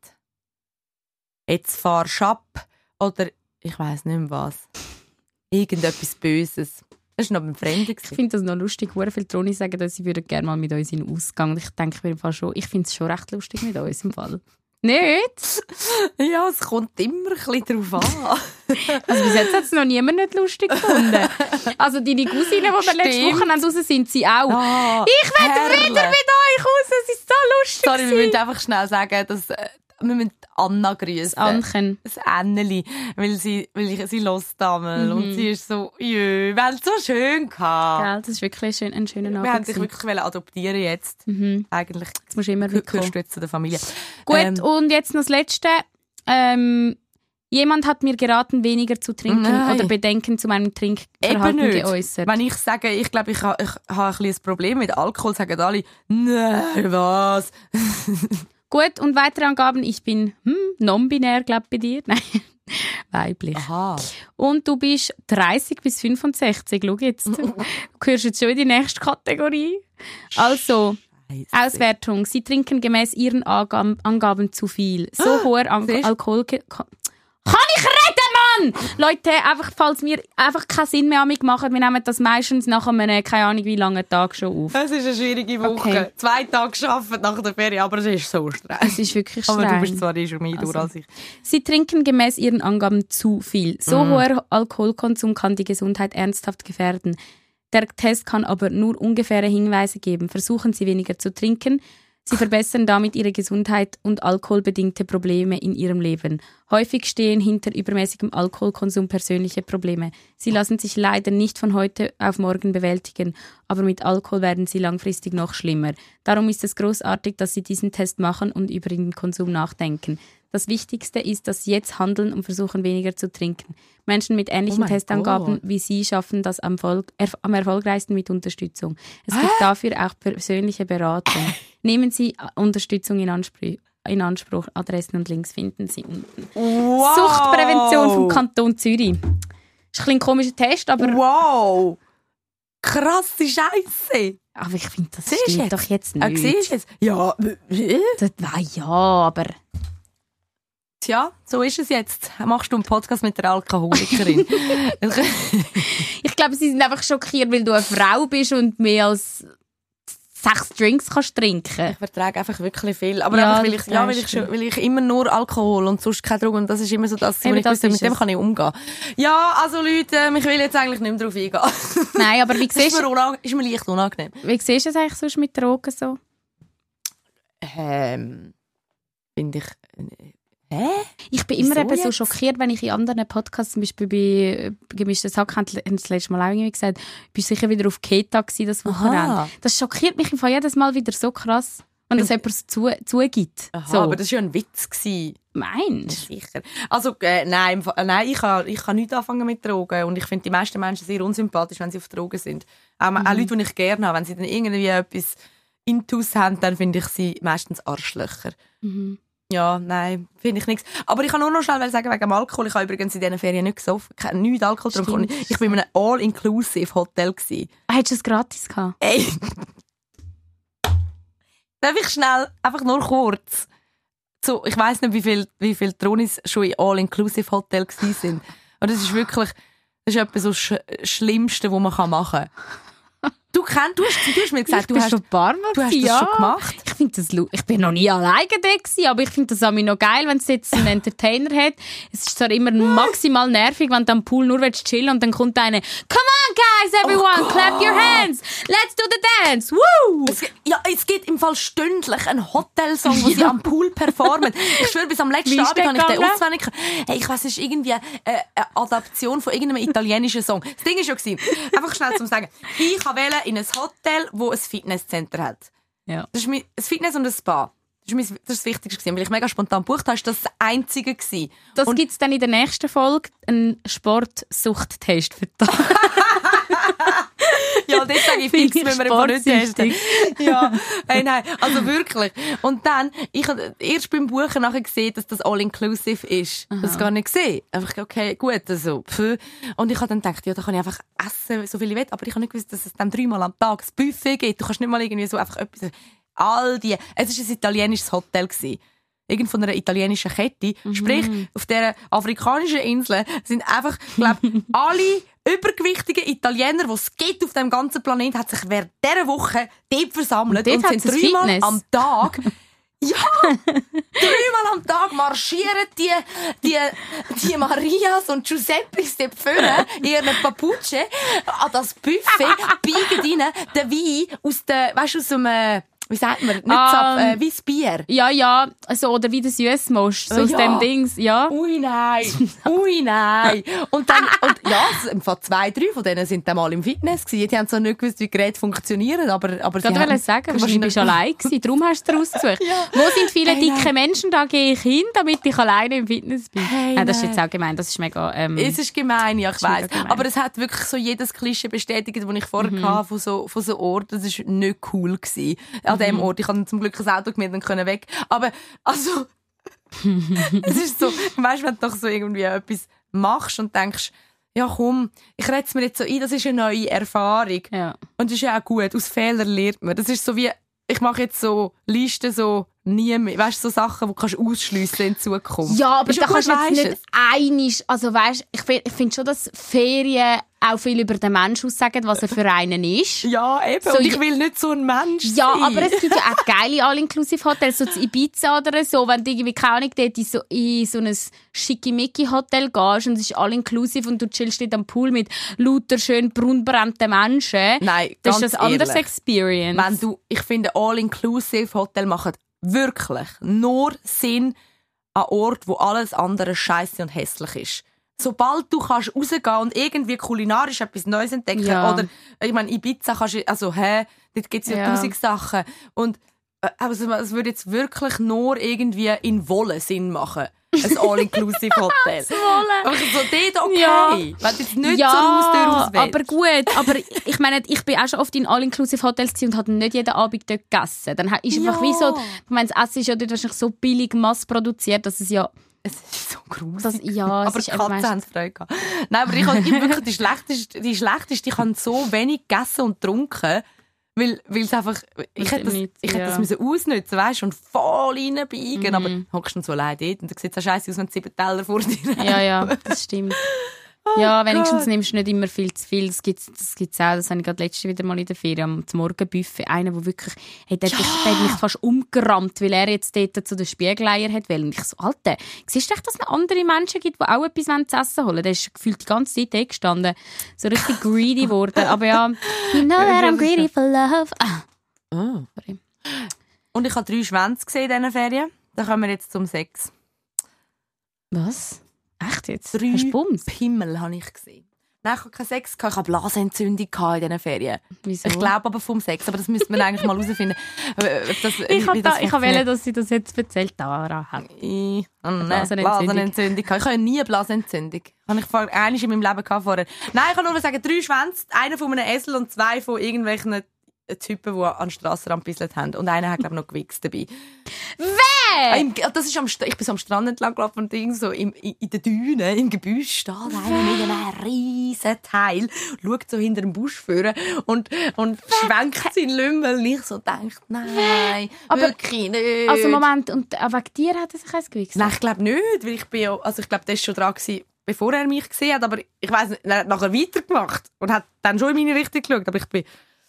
jetzt fahrst du ab. Oder ich weiss nicht mehr was. Irgendetwas Böses. Das war noch beim Fremden. Ich finde das noch lustig. Sehr viele Troni sagen, dass sie würden gerne mal mit uns in den Ausgang. Und ich denke mir im Fall schon, ich finde es schon recht lustig mit uns im Fall. Nicht? Ja, es kommt immer ein bisschen drauf an. Also bis jetzt hat es noch niemand nicht lustig gefunden. Also deine Cousinen, die wir letzte Stimmt. Woche raus sind, sie auch. Ah, Ich will herrlich. wieder mit euch raus, es ist so lustig. Sorry, wir gewesen. müssen einfach schnell sagen, dass äh, wir müssen Anna grüßen. Anchen. Das Anneli, weil sie, weil ich, sie hört einmal Mhm. und sie ist so, jö, wir haben es so schön gehabt. Gell, das ist wirklich ein, schön, ein schöner Abend. Wir haben dich gewesen. wirklich wollen adoptieren jetzt. Mhm. Eigentlich Jetzt musst du immer gehörst mitkommen. du jetzt zu der Familie. Gut, Ähm, und jetzt noch das Letzte. Ähm, jemand hat mir geraten, weniger zu trinken Nein. oder Bedenken zu meinem Eben Trinkverhalten nicht. geäußert. Wenn ich sage, ich glaube, ich habe ich ha ein bisschen ein Problem mit Alkohol, sagen alle, nein, was? Gut, und weitere Angaben. Ich bin hm, non-binär, glaube bei dir. Nein, weiblich. Aha. Und du bist dreißig bis fünfundsechzig. Schau jetzt. Du gehörst jetzt schon in die nächste Kategorie. Also, Auswertung. Sie trinken gemäß ihren Angaben, Angaben zu viel. So hoher An siehst du? Alkohol... Kann ich reden, Mann? Leute, einfach, falls wir einfach keinen Sinn mehr damit machen, wir nehmen das meistens nach einem, keine Ahnung wie langen Tag schon auf. Es ist eine schwierige Woche. Okay. Zwei Tage gearbeitet nach der Ferien, aber es ist so streng. Es ist wirklich streng. Aber du bist zwar eh schon mehr durch Also. als ich. Sie trinken gemäß ihren Angaben zu viel. So Mhm. hoher Alkoholkonsum kann die Gesundheit ernsthaft gefährden. Der Test kann aber nur ungefähre Hinweise geben. Versuchen Sie weniger zu trinken. Sie verbessern damit Ihre Gesundheit und alkoholbedingte Probleme in Ihrem Leben. Häufig stehen hinter übermäßigem Alkoholkonsum persönliche Probleme. Sie lassen sich leider nicht von heute auf morgen bewältigen, aber mit Alkohol werden sie langfristig noch schlimmer. Darum ist es großartig, dass Sie diesen Test machen und über den Konsum nachdenken. Das Wichtigste ist, dass Sie jetzt handeln und versuchen, weniger zu trinken. Menschen mit Oh ähnlichen mein Testangaben Gott. wie Sie schaffen das am, Volk, erf- am erfolgreichsten mit Unterstützung. Es gibt dafür auch persönliche Beratung. Nehmen Sie Unterstützung in Anspruch. In Anspruch. Adressen und Links finden Sie unten. Wow. Suchtprävention vom Kanton Zürich. Ist ein bisschen ein komischer Test, aber, Wow! Krasse Scheiße! aber ich finde, das Siehst du stimmt jetzt? doch jetzt Ah, nicht. siehst du es? Ja. äh, Das, ah, ja, aber... Tja, so ist es jetzt. Machst du einen Podcast mit der Alkoholikerin? Ich glaube, sie sind einfach schockiert, weil du eine Frau bist und mehr als sechs Drinks kannst trinken. Ich vertrage einfach wirklich viel. Aber Ja, einfach, weil, ich, das ja, weil, ich, trägst du. schon- weil ich immer nur Alkohol und sonst keine Drogen. Und das ist immer so das, Eben, wo ich das wusste, mit ist dem es. kann ich umgehen. Ja, also Leute, ähm, ich will jetzt eigentlich nicht mehr drauf eingehen. Nein, aber wie Das ist siehst, mir, unang- ist mir leicht unangenehm. wie siehst du es eigentlich sonst mit Drogen so? Ähm, finde ich... Äh, hä? Ich bin immer Wieso eben so jetzt? schockiert, wenn ich in anderen Podcasts, zum Beispiel bei äh, «Gemischtes Hack», haben sie das letzte Mal auch irgendwie gesagt, bist sicher wieder auf Keto gewesen, das Wochenende. Aha. Das schockiert mich im Fall jedes Mal wieder so krass, wenn das jemand so zu, zugibt. Aha, so. aber das war ja ein Witz. Gewesen. Meinst du? Sicher. Also, äh, nein, im Fall- äh, nein, ich kann, ich kann nicht anfangen mit Drogen. Und ich finde die meisten Menschen sehr unsympathisch, wenn sie auf Drogen sind. Auch, Mhm. auch Leute, die ich gerne habe, wenn sie dann irgendwie etwas Intus haben, dann finde ich sie meistens Arschlöcher. Mhm. Ja, nein, finde ich nichts. Aber ich kann nur noch schnell sagen, wegen dem Alkohol. Ich habe übrigens in diesen Ferien nicht gesoffen, kein- nichts Alkohol getrunken. Und Ich war in einem All-Inclusive-Hotel. gewesen. Ah, hättest du es gratis gehabt? Ey! Darf ich schnell, einfach nur kurz. So, ich weiss nicht, wie viele wie viel Tronis schon in All-Inclusive-Hotel gewesen sind. Und das ist wirklich, das ist etwas so sch Schlimmste, was man machen kann. Du kennst, du hast, du hast mir gesagt, Ich du bin hast, schon ein paar Mal du hast gewesen, das ja. schon gemacht. Ich finde das lu- ich bin noch nie alleine da gewesen, aber ich finde das an mich noch geil, wenn es jetzt einen Entertainer hat. Es ist zwar immer maximal nervig, wenn du am Pool nur willst chillen und dann kommt einer, come on guys, everyone, Oh clap your hands, let's do the dance, woo! Es, gibt- ja, es gibt im Fall stündlich einen Hotelsong, wo sie am Pool performen. Ich schwöre, bis am letzten Wie ist Abend der habe ich den gegangen? auswendig gekannt. Hey, ich weiss, es ist irgendwie eine, eine Adaption von irgendeinem italienischen Song. Das Ding war schon, gewesen, einfach schnell zum Sagen, ich wollte in ein Hotel, wo ein Fitnesscenter hat. Ja. Das ist mein, ein Fitness und ein Spa. Das ist, mein, das ist das Wichtigste gewesen. Weil ich mega spontan gebucht habe, ist das das Einzige gewesen. Das Und- gibt es dann in der nächsten Folge, einen Sportsuchttest für die Ja, das sage ich Finde fix, ich wenn wir einfach nicht testen. sportsüchtig. Ja, hey, nein, also wirklich. Und dann, ich habe erst beim Buchen nachher gesehen, dass das all-inclusive ist. Aha. Das gar nicht gesehen. Einfach, okay, gut, also, pfff. Und ich habe dann gedacht, ja, da kann ich einfach essen, so viel ich will. Aber ich habe nicht gewusst, dass es dann dreimal am Tag ein Buffet gibt. Du kannst nicht mal irgendwie so einfach etwas, all die, es war ein italienisches Hotel gewesen. Irgend von einer italienischen Kette. Mhm. Sprich, auf dieser afrikanischen Insel sind einfach, glaub, alle übergewichtigen Italiener, die es gibt auf dem ganzen Planeten, hat sich während dieser Woche dort versammelt Und und, dort sind hat's ein dreimal Fitness. am Tag. Ja! Dreimal am Tag marschieren die, die, die Marias und Giuseppes dort vorne in ihren Papuche an das Buffet, biegen rein den Wein aus der, weißt du, aus einem, wie sagt man, nicht Um, Zap, äh, wie das Bier. Ja, ja, also, oder wie das Süßmosch, so Oh, aus ja. dem Dings, ja. Ui, nein! Ui, nein! Und dann, und ja, es- im Fall zwei, drei von denen sind dann mal im Fitness gewesen. Die haben zwar nicht gewusst, wie Geräte funktionieren, aber, aber Ich sie wollte haben... sagen, wahrscheinlich bist du allein gewesen, darum hast du es rausgesucht. Wo sind viele Hey, dicke nein. Menschen, da gehe ich hin, damit ich alleine im Fitness bin. Hey, nein, das ist nein. jetzt auch gemein, das ist mega... Ähm, Es ist gemein, ja, ich ist mega weiss. gemein. Aber es hat wirklich so jedes Klischee bestätigt, das ich vorher Mhm. hatte von so, von so Orten. Das war nicht cool gewesen. An diesem Mhm. Ort. Ich hatte zum Glück ein Auto gemietet und konnte weg. Aber, also, es ist so, weißt du, wenn du doch so irgendwie etwas machst und denkst, ja komm, ich rede es mir jetzt so ein, das ist eine neue Erfahrung. ja. Und das ist ja auch gut. Aus Fehlern lernt man. Das ist so wie, ich mache jetzt so Listen so nie mehr. Weißt du, so Sachen, die kannst du ausschliessen in Zukunft. Ja, aber Ist da ja kannst du gut, jetzt weisst nicht einisch, also weißt, ich finde ich find schon, dass Ferien auch viel über den Menschen aussagen, was er für einen ist. Ja, eben. So, und ich ja- will nicht so ein Mensch Ja, sein. aber es gibt ja auch geile All-Inclusive-Hotels, so zu Ibiza oder so, wenn du irgendwie, keine Ahnung, dort in so, in so ein Schickimicki-Hotel gehst und es ist All-Inclusive und du chillst dort am Pool mit lauter schön braunbrannten Menschen. Nein, Das ganz ist ein anderes ehrlich. Experience. Wenn du, ich finde, All-Inclusive-Hotel machen wirklich nur Sinn an Ort, wo alles andere scheiße und hässlich ist. Sobald du kannst rausgehen und irgendwie kulinarisch etwas Neues entdecken, Ja. oder, ich meine, Ibiza kannst du, also, hä, dort gibt's ja, Ja. tausend Sachen. Und, Also, es würde jetzt wirklich nur irgendwie in Wolle Sinn machen. Ein All-Inclusive-Hotel. Aber so dort okay. Ja. Wenn du jetzt nicht ja, so raus willst. aber gut. Aber ich meine, ich bin auch schon oft in All-Inclusive-Hotels und habe nicht jeden Abend dort gegessen. Dann ist Ja. einfach wie so, ich meine, das Essen ist ja dort wahrscheinlich so billig massproduziert, dass es ja... Es ist so gruselig. Das, ja, es aber ist die einfach Katzen meist- haben es Freude gehabt. Nein, aber ich habe wirklich die schlechteste, die schlechteste, ich habe so wenig gegessen und getrunken, weil, weil es einfach, ich hätte das, nicht, ich hätte ja. das müssen ausnutzen, weißt du, und voll reinbiegen, Mhm. aber hockst du dann so allein dort und dann sieht es auch scheiße aus, wenn du sieben Teller vor dir hast. Ja, ja, das stimmt. Ja, wenigstens nimmst du nicht immer viel zu viel. Das gibt es das gibt's auch. Das habe ich gerade letztes wieder mal in der Ferien am Morgenbuffet. Einer, der wirklich, hey, der, hat mich, der hat mich fast umgerammt, weil er jetzt dort zu den Spiegeleiern hat wollen. Und ich so, Alter, siehst du echt, dass es noch andere Menschen gibt, die auch etwas zu essen holen? Der ist gefühlt die ganze Zeit da gestanden. So richtig greedy geworden. Aber ja, you know that I'm greedy for love. Ah. Oh. Sorry. Und ich habe drei Schwänze gesehen in diesen Ferien. Dann kommen wir jetzt zum Sex. Was? Echt jetzt? Drei Hast du Bums? Pimmel habe ich gesehen. Nein, ich hatte keinen Sex. Ich hatte Blasenentzündung in diesen Ferien. Wieso? Ich glaube aber vom Sex. Aber das müsste man eigentlich mal herausfinden. Ob das, Ich wie das wollte, funktioniert. dass sie das jetzt erzählt. Dara hat. Ich habe Blasenentzündung. Blasenentzündung. Ich habe nie eine Blasenentzündung. Habe ich vor, einmal in meinem Leben gehabt vorher. Nein, ich kann nur sagen, drei Schwänze, einer von einem Esel und zwei von irgendwelchen Typen, die an den Strassenrand gebisselt haben. Und einer hat, glaube ich, noch gewichst dabei. Wer? Im, das ist am, St- ich bin so am Strand entlang gelaufen und Ding so im, in, in den Dünen, im Gebüsch steht einer mit einem riesen Teil, schaut so hinter dem Busch führen und, und schwenkt seinen Lümmel. Und ich so denke, nein, Aber- wirklich nicht. Also Moment, und äh, wegen dir hat er sich eins gewichst? Nein, ich glaube nicht, weil ich bin ja, also ich glaube, der war schon dran gewesen, bevor er mich gesehen hat, aber ich weiss nicht, er hat nachher weitergemacht und hat dann schon in meine Richtung geschaut, aber ich bin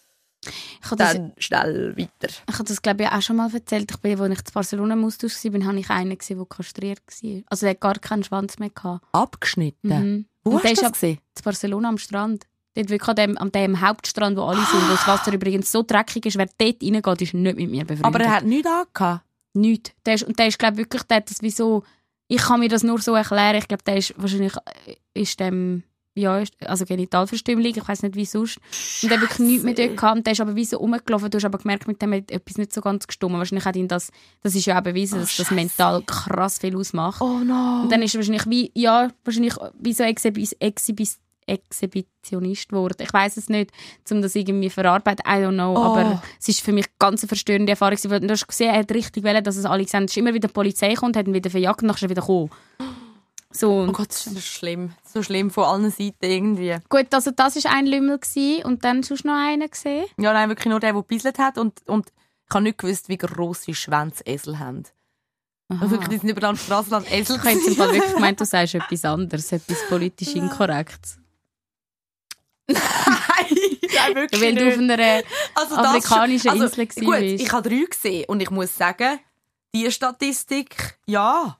Ich habe das, dann schnell weiter. ich habe das glaube ich auch schon mal erzählt. Ich bin, als ich in Barcelona im Austausch war, habe ich einen gesehen, der kastriert war. Also er hat gar keinen Schwanz mehr gehabt. Abgeschnitten? Mhm. Wo Und hast der du ist das ab- gesehen? In Barcelona am Strand. Dort wirklich an dem, an dem Hauptstrand, wo alle sind, wo das Wasser übrigens so dreckig ist. Wer dort reingeht, ist nicht mit mir befreundet. Aber er hat nichts angehabt. Nichts. Der ist, und der ist, glaube ich, wirklich, der hat das wieso, ich kann mir das nur so erklären, ich glaube, der ist wahrscheinlich, äh, ist dem, ja, ist, also Genitalverstümmelung, ich weiss nicht, wie sonst. Und der hat wirklich nichts mehr dort gehabt, und der ist aber wie so rumgelaufen, du hast aber gemerkt, mit dem hat etwas nicht so ganz gestimmt. Wahrscheinlich hat ihn das, das ist ja auch bewiesen, dass das mental krass viel ausmacht. Oh no. Und dann ist er wahrscheinlich wie, ja, wahrscheinlich wie so Exhibis, Exhibis, Exhibitionist geworden. Ich weiss es nicht, um das irgendwie zu verarbeiten. I don't know. Oh. Aber es ist für mich eine ganz verstörende Erfahrung. Weil du hast gesehen, er hat richtig wollen, dass es alle gesehen. Es ist immer wieder die Polizei kommt, hat ihn wieder verjagt und dann ist er wieder gekommen. So. Oh Gott, das ist schlimm. So schlimm von allen Seiten irgendwie. Gut, also das war ein Lümmel gewesen. Und dann hast du noch einen gesehen. Ja, nein, wirklich nur der, der gebisselt hat. Und, und ich habe nicht gewusst, wie grosse Schwänze Esel haben. Also wirklich, die sind über den Strassenland Esel Ich habe jetzt im Fall wirklich gemeint, du sagst etwas anderes, etwas politisch Inkorrektes. Nein, nein, wirklich Weil du auf nicht. einer Also das afrikanischen schon- Insel also, gut, bist. ich habe drei gesehen und ich muss sagen, die Statistik, ja.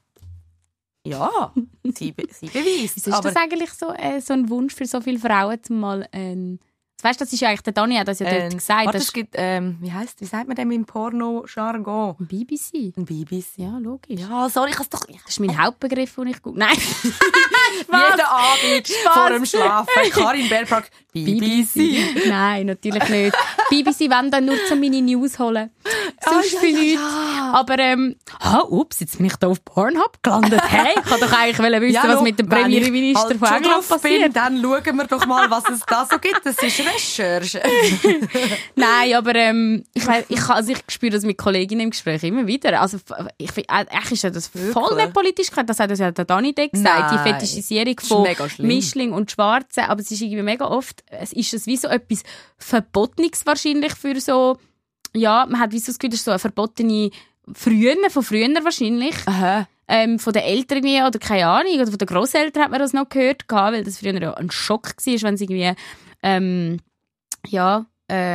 Ja, sie, be- sie beweist. Wieso ist aber das eigentlich so, äh, so ein Wunsch für so viele Frauen, mal ein... Weißt du, das ist ja eigentlich, der Dani hat das ja dort äh, gesagt. warte, Das es gibt, ähm, wie heisst, wie sagt man dem im Porno-Jargon? ist B B C. Ein B B C. Ja, logisch. Ja, sorry, ich has doch... Das ist mein Hauptbegriff, den ich gut... Nein! Jeden Abend vor dem Schlafen. Karin Bergpark, B B C. Nein, natürlich nicht. B B C wollen dann nur zu meine News holen. Sonst ja, für ja, nichts. ja. Aber, ähm... Ah, ups, jetzt bin ich da auf Pornhub gelandet. Hey, ich wollte doch eigentlich wissen, Ja, was schau, mit dem wenn ich Premierminister halt von schon England drauf bin, passiert. dann schauen wir doch mal, was es da so gibt. Das ist Recherche. Nein, aber ähm, ich, weiss, ich, also ich spüre das mit Kolleginnen im Gespräch immer wieder. Also, ich find, äh, eigentlich ist ja das voll Wirklich? nicht politisch korrekt. Das hat uns ja der Dani Deck gesagt. Die Nein. Fetischisierung ist von mega schlimm. Mischling und Schwarzen. Aber es ist irgendwie mega oft, es ist es wie so etwas Verbotenes wahrscheinlich für so, ja, man hat wie so das Gefühl, das ist so eine verbotene Früher, von früher wahrscheinlich. Aha. Ähm, von den Eltern irgendwie, oder keine Ahnung, oder von den Grosseltern hat man das noch gehört, weil das früher ja ein Schock war, wenn sie irgendwie, ähm, ja,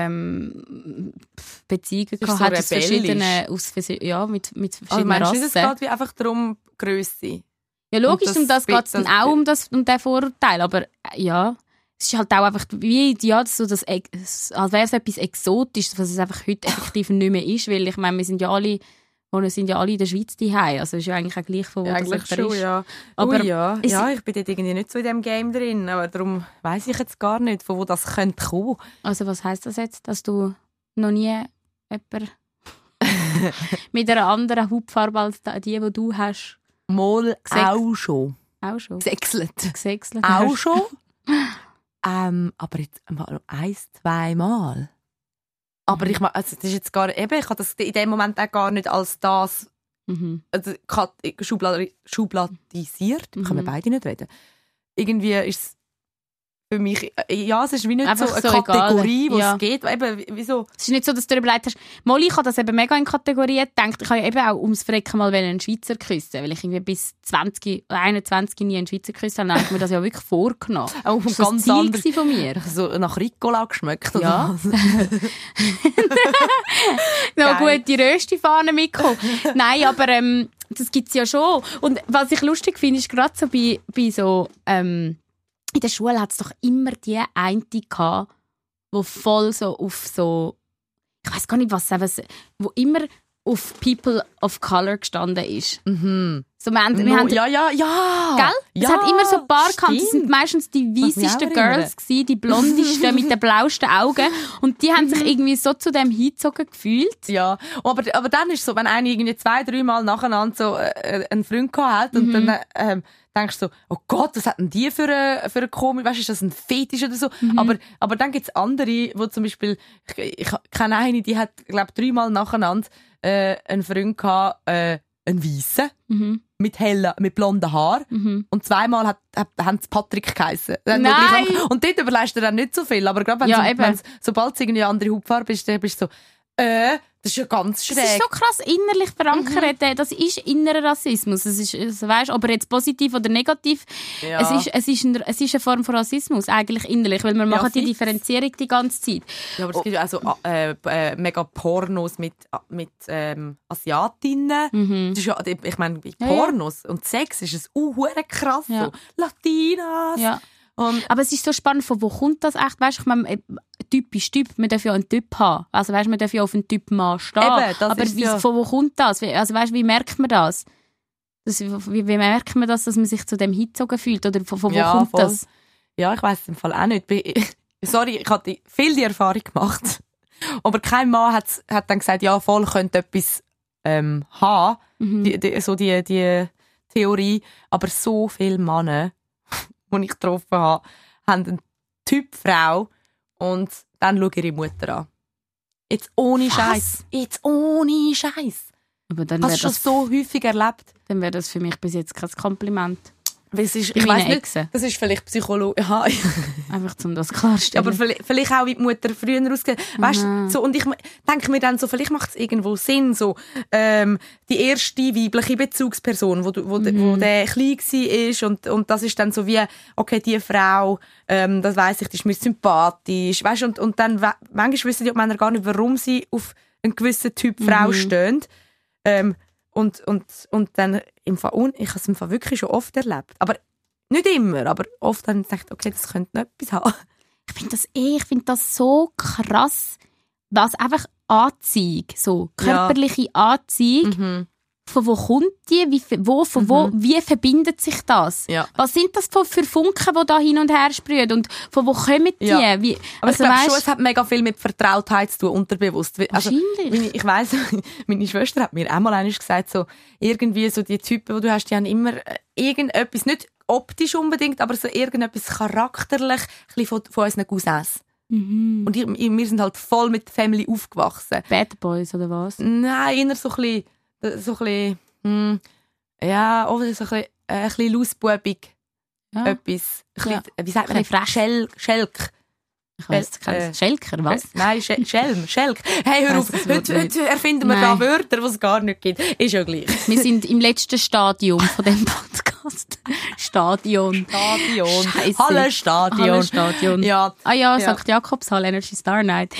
ähm, Beziehungen ist gehabt so hat aus rebellisch. verschiedenen, aus, vers- ja, mit, mit Also verschiedenen meinst du, es Rassen. geht wie einfach darum, Grösse? Ja, logisch, und um das das geht es dann das- auch, um, das, um den Vorurteil, aber äh, ja, es ist halt auch einfach wie, ja, so das, Ex- als wäre es etwas Exotisches, was es einfach heute effektiv nicht mehr ist, weil ich meine, wir sind ja alle, wir sind ja alle in der Schweiz daheim, also es ist ja eigentlich auch gleich, von wo Ja, das eigentlich jemand schon, ist. ja. Aber Ui, ja. es- ja, ich bin dort irgendwie nicht so in diesem Game drin, aber darum weiss ich jetzt gar nicht, von wo das könnte kommen. Also was heisst das jetzt, dass du noch nie jemanden mit einer anderen Hautfarbe als die, die du hast. Mal Gesägt. auch schon. Auch schon. Gesächselt. Gesächselt Auch hast. schon. ähm, aber jetzt mal eins, zwei Mal. Aber ich ma- also das ist jetzt gar eben, ich habe das in dem Moment auch gar nicht als das Mhm. also, kat- schubladi- schubladisiert. Mhm. Kann man beide nicht reden. Irgendwie ist es für mich, ja, es ist wie nicht Einfach so eine so Kategorie, egal. wo Ja. es geht. Eben, wieso? Es ist nicht so, dass du dir überlegt hast, Molly, ich habe das eben mega in Kategorien gedacht. Ich habe ja eben auch ums Frecken mal einen Schweizer küssen, weil ich irgendwie bis zwanzig, einundzwanzig nie einen Schweizer küssen habe. Dann habe ich mir das ja wirklich vorgenommen. Auch Das war ganz das Ziel anders. gewesen von mir. So nach Ricola geschmeckt. oder Ja. was? Noch Geil. gut die Röstifahne mitgekommen. Nein, aber ähm, das gibt es ja schon. Und was ich lustig finde, ist gerade so bei, bei so... Ähm, in der Schule hat es doch immer die eine gehabt, die voll so auf so... Ich weiß gar nicht, was es wo immer auf People of Color gestanden ist. Mhm. So, wir haben, wir No, haben, ja, ja, ja. Gell? Es Ja, hat immer so ein paar gehabt. Das sind stimmt. meistens die Kann mich weissesten auch erinnern. Girls gewesen, die blondesten mit den blauesten Augen. Und die haben Mhm. sich irgendwie so zu dem hingezogen gefühlt. Ja, aber, aber dann ist es so, wenn einer irgendwie zwei, drei Mal nacheinander so äh, einen Freund gehabt hat und Mhm. dann ähm, denkst du so, oh Gott, was hat denn die für eine, für eine Komik, weißt du, ist das ein Fetisch oder so? Mhm. Aber, aber dann gibt's andere, wo zum Beispiel, ich, ich kenne eine, die hat, glaube dreimal nacheinander äh, einen Freund gehabt, äh, einen Weissen, Mhm. mit hellen, mit blonden Haaren. Mhm. Und zweimal hat, hat, haben sie Patrick geheissen. Nein! Und dort überlegst du dann nicht so viel. Aber gerade wenn Ja, so, eben. wenn's, sobald es irgendwie eine andere Hautfarbe ist, dann bist du so, äh, das ist ja ganz schräg. Das ist so krass innerlich verankert. Mhm. Das ist innerer Rassismus. Es ist, also, weißt, ob er jetzt positiv oder negativ, Ja. es, ist, es, ist ein, es ist eine Form von Rassismus, eigentlich innerlich, weil wir Ja, machen die fix. Differenzierung die ganze Zeit. Ja, aber es gibt ja auch so äh, äh, mega Pornos mit, mit ähm, Asiatinnen. Mhm. Das ist ja, ich meine, bei Ja, Pornos und Sex ist es uh, krass. Ja. So. Latinas. Ja. Und Aber es ist so spannend, von wo kommt das echt? Weißt, ich meine, äh, Typ ist Typ, man darf ja einen Typ haben. Also weißt, man darf ja auf einen Typ Mann stehen. Eben, das aber ist wie, ja- von wo kommt das? Wie- Also weißt, wie merkt man das? das wie, wie merkt man das, dass man sich zu dem hingezogen fühlt? Oder von, von wo Ja, kommt voll. das? ja, ich weiss im Fall auch nicht. Be- Sorry, ich hatte viel die Erfahrung gemacht. Aber kein Mann hat, hat dann gesagt, ja, voll könnte etwas ähm, haben. Mhm. Die, die, so die, die Theorie. Aber so viele Männer, die ich getroffen habe, haben einen Typ Frau und dann schaue ihre Mutter an. Jetzt ohne Was? Scheiß. Jetzt ohne Scheiß. Aber dann Hast wäre du schon das, so häufig erlebt? dann wär das für mich bis jetzt kein Kompliment. Weil es ist, Bei ich weiss meinen nicht, Exen. das ist vielleicht Psychologie. Ja, Einfach, um das klarzustellen. aber vielleicht, vielleicht auch, wie die Mutter früher ausgeht. Weißt Mhm. du, so, und ich denke mir dann so, vielleicht macht es irgendwo Sinn, so, ähm, die erste weibliche Bezugsperson, wo, du- wo, de- wo der klein war, und, und das ist dann so wie, okay, die Frau, ähm, das weiss ich, die ist mir sympathisch, weißt du, und, und dann, we- manchmal wissen die Männer gar nicht, warum sie auf einen gewissen Typ Frau Mhm. stehen, ähm, und, und, und dann, im Fall, un- ich habe es im Fall wirklich schon oft erlebt, aber nicht immer, aber oft habe ich gedacht, okay, das könnte noch etwas haben. Ich finde das eh, ich finde das so krass, was einfach Anziehung, so Ja. körperliche Anziehung, von wo kommt die, wie, wo, von wo, wie verbindet sich das? Ja. Was sind das für für Funken, die da hin und her sprühen und von wo kommen die? Ja. Wie, Aber also ich glaube weißt, schon, es hat mega viel mit Vertrautheit zu tun, unterbewusst. Also, Wahrscheinlich. meine, ich weiss, meine Schwester hat mir einmal einmal gesagt, so, irgendwie so die Typen, die du hast, die haben immer äh, irgendetwas, nicht optisch unbedingt, aber so irgendetwas charakterlich, ein bisschen von, von unseren Cousins. mhm. Und ich, wir sind halt voll mit der Family aufgewachsen. Bad Boys oder was? Nein, eher so ein bisschen, so ein bisschen, hm, ja, oder so ein bisschen, äh, ein bisschen lausbubig. Ja. Etwas. Ein Ja. bisschen, wie sagt Ein man? bisschen frech. Schel, Schelk. Ich weiss Äh, kein Schelker, was? Nein, Sch Schelm, Schelk. Hey, hör Weiss auf, das Wort heute, nicht. heute erfinden wir Nein. da Wörter, die es gar nicht gibt. Ist ja gleich. Wir sind im letzten Stadium von dem Podcast. Stadion. Stadion. Scheisse. Hallenstadion. Hallenstadion. Ja. Ah ja, Ja. Sankt Jakobshall, Energy Star Night.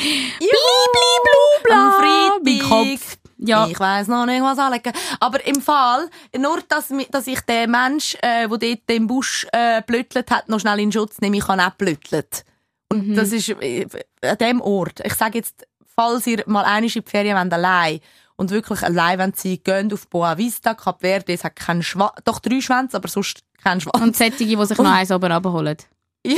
Blibli, Am Freitag. Mein Kopf. Ja. Ich weiss noch nicht, was anlegen. Aber im Fall, nur, dass, mi- dass ich den Mensch, äh, der dort im Busch äh, blüttelt hat, noch schnell in Schutz nehme, ich habe auch blüttelt. Und Mhm. das ist äh, an dem Ort. Ich sage jetzt, falls ihr mal einmal in die Ferien wollt, allein und wirklich allein wollt sein, geht auf Boa Vista, Kap Verde, es hat keinen Schwanz, doch drei Schwänze, aber sonst keinen Schwanz. Und solche, die sich noch eins oben abholen. Ja,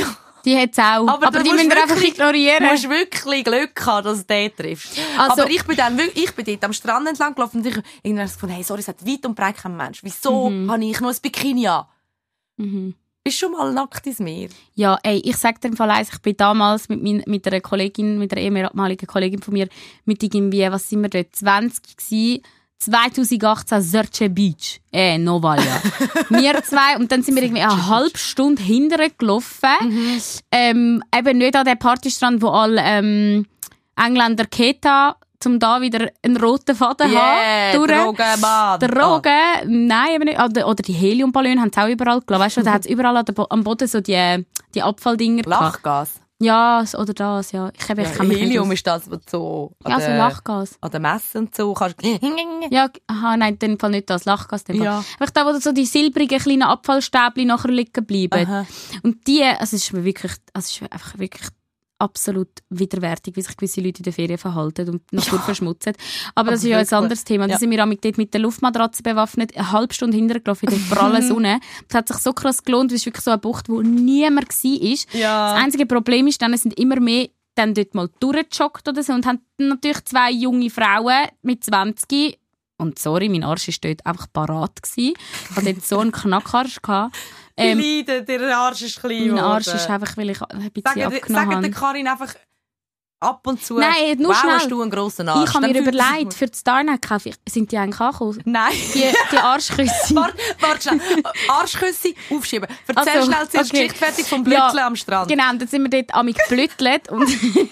Die hat es auch. Aber, aber die müssen wir einfach ignorieren. Du musst wirklich Glück haben, dass du den triffst. Also, aber ich bin dann wirklich, ich bin dort am Strand entlang gelaufen und ich irgendwann gefunden, hey, sorry, es hat weit und breit kein Mensch. Wieso mhm. habe ich noch ein Bikini an? Mhm. Bist du schon mal nackt ins Meer? Ja, ey, ich sag dir im Fall eins, ich bin damals mit, mein, mit einer Kollegin, mit einer ehemaligen Kollegin von mir, mit irgendwie, was sind wir dort, zwanzig gewesen, zwanzig achtzehn Sörce Beach, äh, Novalia. Wir zwei, und dann sind wir irgendwie eine halbe Stunde hinterher gelaufen, mhm. ähm, eben nicht an den Partystrand, wo alle ähm, Engländer Keta, um da wieder einen roten Faden zu yeah, haben. Drogenbad. Drogen, nein, eben nicht. Oder, oder die Heliumballone haben es auch überall gelassen. Weißt du, da hat es überall an der Bo- am Boden so die, die Abfalldinger Lachgas? Ja, oder das, ja. Ich, ich ja kann Helium ist das, was so... Ja, so Lachgas. An den Messen und so kannst ja, aha, nein, in dem Fall nicht das Lachgas. Ja. Einfach da, wo so die silbrigen kleinen Abfallstäbchen nachher liegen bleiben. Aha. Und die, also es ist wirklich, also es ist einfach wirklich absolut widerwärtig, wie sich gewisse Leute in der Ferien verhalten und Natur ja. verschmutzen. Aber, Aber das ist ja ein anderes Thema. Da ja. sind wir auch dort mit der Luftmatratze bewaffnet, eine halbe Stunde hintergelaufen in der prallen Sonne. Das hat sich so krass gelohnt, weil es wirklich so eine Bucht, wo niemand war. Ja. Das einzige Problem ist, dann sind immer mehr dann dort mal durchgejoggt oder so und haben natürlich zwei junge Frauen mit zwanzig. Und sorry, mein Arsch war dort einfach parat gewesen. Ich hatte dort so einen Knackarsch. Ähm, Die Leiden, der Arsch ist klein. Mein Arsch ist einfach, weil ich ein bisschen sag, abgenommen habe. Sag der Karin einfach ab und zu, Nein, nur wow, schnell. Hast du einen grossen Arsch. Ich habe mir überlegt, für die Starnet kaufe ich, sind die eigentlich angekommen? Nein. Die, die Arschküsse. Warte, warte schnell. Arschküsse aufschieben. Erzähl also, schnell zuerst okay. die Geschichte fertig vom Blütteln ja, am Strand. Genau, dann sind wir dort amig geblüttelt. und,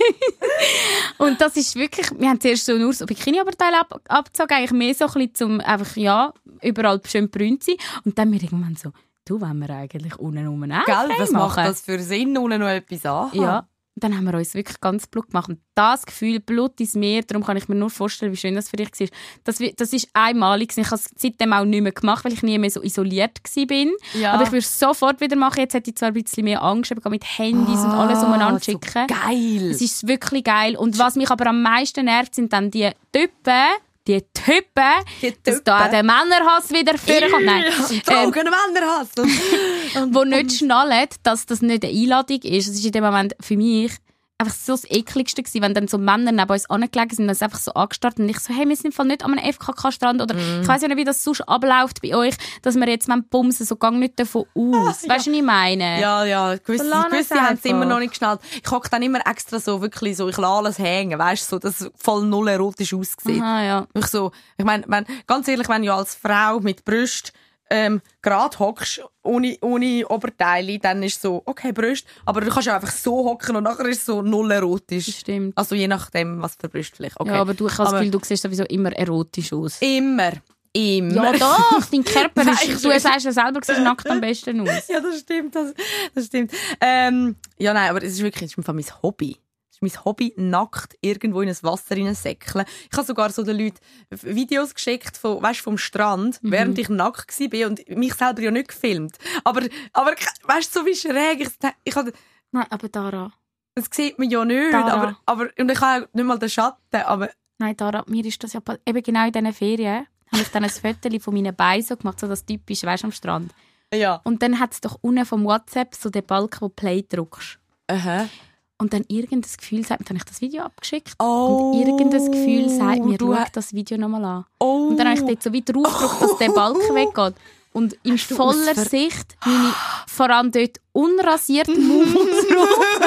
und das ist wirklich, wir haben zuerst so nur so Bikini-Oberteile ab, abgezogen, eigentlich mehr so ein bisschen zum, einfach, ja, überall schön brün sein. Und dann wir irgendwann so, du, wollen wir eigentlich unten rum auch Gell, was macht das für Sinn, unten noch etwas an? Ja. Dann haben wir uns wirklich ganz Blut gemacht. Und das Gefühl, Blut ins Meer, darum kann ich mir nur vorstellen, wie schön das für dich war. Das, das ist einmalig. Ich habe es seitdem auch nicht mehr gemacht, weil ich nie mehr so isoliert war. Ja. Aber ich würde es sofort wieder machen. Jetzt hätte ich zwar ein bisschen mehr Angst, aber mit Handys ah, und alles umeinander schicken. So geil! Es ist wirklich geil. Und was mich aber am meisten nervt, sind dann die Typen, die Typen, die dass da der Männerhass wieder vorkommt. Nein. Drogen, ähm, Männerhass. Die nicht schnallen, dass das nicht eine Einladung ist. Es ist in dem Moment für mich einfach so das Ekligste gewesen, wenn dann so Männer neben uns angelegen sind und uns einfach so angestarrt und ich so, hey, wir sind voll nicht an einem F K K-Strand oder mm. ich weiss ja nicht, wie das sonst abläuft bei euch, dass wir jetzt bumsen, so gang nicht davon aus. Ja. Weißt du, was ich meine? Ja, ja, gewisse, gewisse haben es immer noch nicht geschnallt. Ich hocke dann immer extra so, wirklich so, ich lasse alles hängen, weißt du, so, dass es voll null erotisch aussieht. Aha, ja. Ich so, ich meine, mein, ganz ehrlich, wenn du als Frau mit Brust ähm, gerade hockst, ohne, ohne Oberteile, dann ist so, okay, Brust, aber du kannst ja einfach so hocken und nachher ist es so null erotisch. Das stimmt. Also je nachdem, was für Brust vielleicht. Okay. Ja, aber du, ich habe das Gefühl, du siehst sowieso immer erotisch aus. Immer. Immer. Ja, doch, dein Körper ist, du sagst ja selber, siehst nackt am besten aus. Ja, das stimmt, das, das stimmt. Ähm, ja, nein, aber es ist wirklich, es ist mein Hobby. Mein Hobby, nackt irgendwo in ein Wasser säckeln. Ich habe sogar so den Leuten Videos geschickt von, weißt, vom Strand, mhm. während ich nackt war und mich selber ja nicht gefilmt. Aber, aber weißt du, so wie schräg. Ich, ich habe, Nein, aber Dara. Das sieht man ja nicht. Aber, aber, und ich habe nicht mal den Schatten. Aber Nein, Dara, mir ist das ja eben genau in diesen Ferien habe ich dann ein Foto von meinen Beinen so gemacht, so das typisch, weißt du, am Strand. Ja. Und dann hat es doch unten vom WhatsApp so den Balken, wo Play drückst. Aha. Und dann irgendein Gefühl sagt mir, dann habe ich das Video abgeschickt. Oh, und irgendein Gefühl sagt mir, du schau das Video nochmal an. Oh. Und dann habe ich dort so weit draufgedrückt, dass der Balken weggeht. Und in voller Sicht meine vor allem dort unrasierte Mundrobe.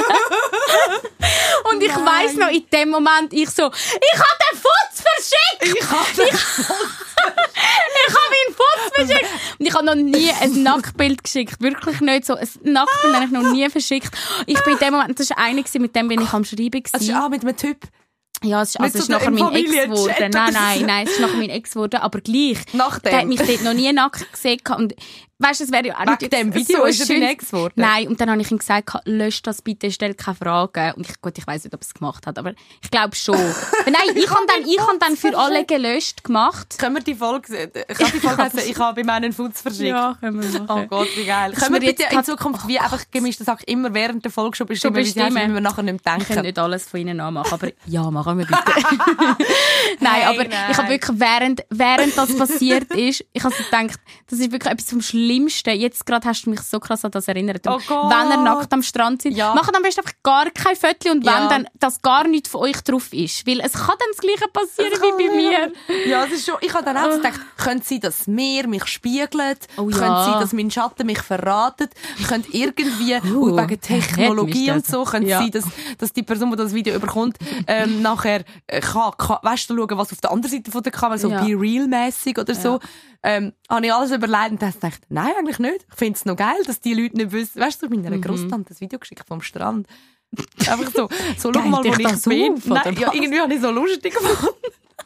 Und ich Nein. weiss noch, in dem Moment, ich so, ich habe den Futz verschickt! Ich habe den Ich habe meinen Futz verschickt! Und ich habe noch nie ein Nacktbild geschickt. Wirklich nicht so. Ein Nacktbild habe ich noch nie verschickt. Ich bin in dem Moment, das war einer, mit dem bin ich am Schreiben. Also, ah, mit einem Typ? Ja, es ist, also es ist nachher mein Ex geworden. Nein, nein, nein, es ist nachher mein Ex geworden. Aber gleich. Nachdem? Der hat mich dort noch nie nackt gesehen. Und weißt du, es wäre ja auch nicht dem Video so ist er dein Ex geworden? Nein, und dann habe ich ihm gesagt, lösch das bitte, stell keine Fragen. Und ich, gut, ich weiss nicht, ob er es gemacht hat, aber ich glaube schon. Nein, ich habe dann, ich hab dann für alle gelöscht gemacht. Können wir die Folge sehen? Ich habe die Folge heißen, ich habe bei meinen Futz verschickt. Ja, können wir machen. Oh Gott, wie geil. Können wir bitte in Zukunft wie einfach gemischten Sack immer während der Folge schon bestimmen, wie sie heißt, wenn wir nachher nicht mehr denken? Ich kann nicht alles von ihnen nachmachen, aber ja, machen wir bitte. Nein, hey, aber nein. ich habe wirklich, während, während das passiert ist, ich habe so gedacht, das ist wirklich etwas vom Schlimmsten Schlimmste, jetzt gerade hast du mich so krass an das erinnert, Oh Gott. wenn ihr nackt am Strand seid, Ja. macht am besten einfach gar kein Foto und Ja. wenn dann, dass gar nichts von euch drauf ist. Weil es kann dann das Gleiche passieren wie bei mir. Ja, das ist schon, ich habe dann auch gedacht, könnte sein, dass das Meer mich spiegelt, Oh ja. könnte sein, dass mein Schatten mich verratet, könnte irgendwie, Uh, und wegen Technologie hat mich und so, das. könnte Ja. sein, dass, dass die Person, die das Video überkommt, ähm, nachher äh, kann, kann weißt du, schauen, was auf der anderen Seite von der Kamera, so Ja. Be Real-mässig oder so. Ähm, habe ich alles überlegt und dann gedacht, nein, eigentlich nicht. Ich finde es noch geil, dass die Leute nicht wissen. Weißt du, meiner Mhm. Grosstante das Video geschickt vom Strand. Einfach so, so schau Geil, mal, wo dich ich das bin. auf, oder Nein, ja, was? irgendwie habe ich so lustig gefunden.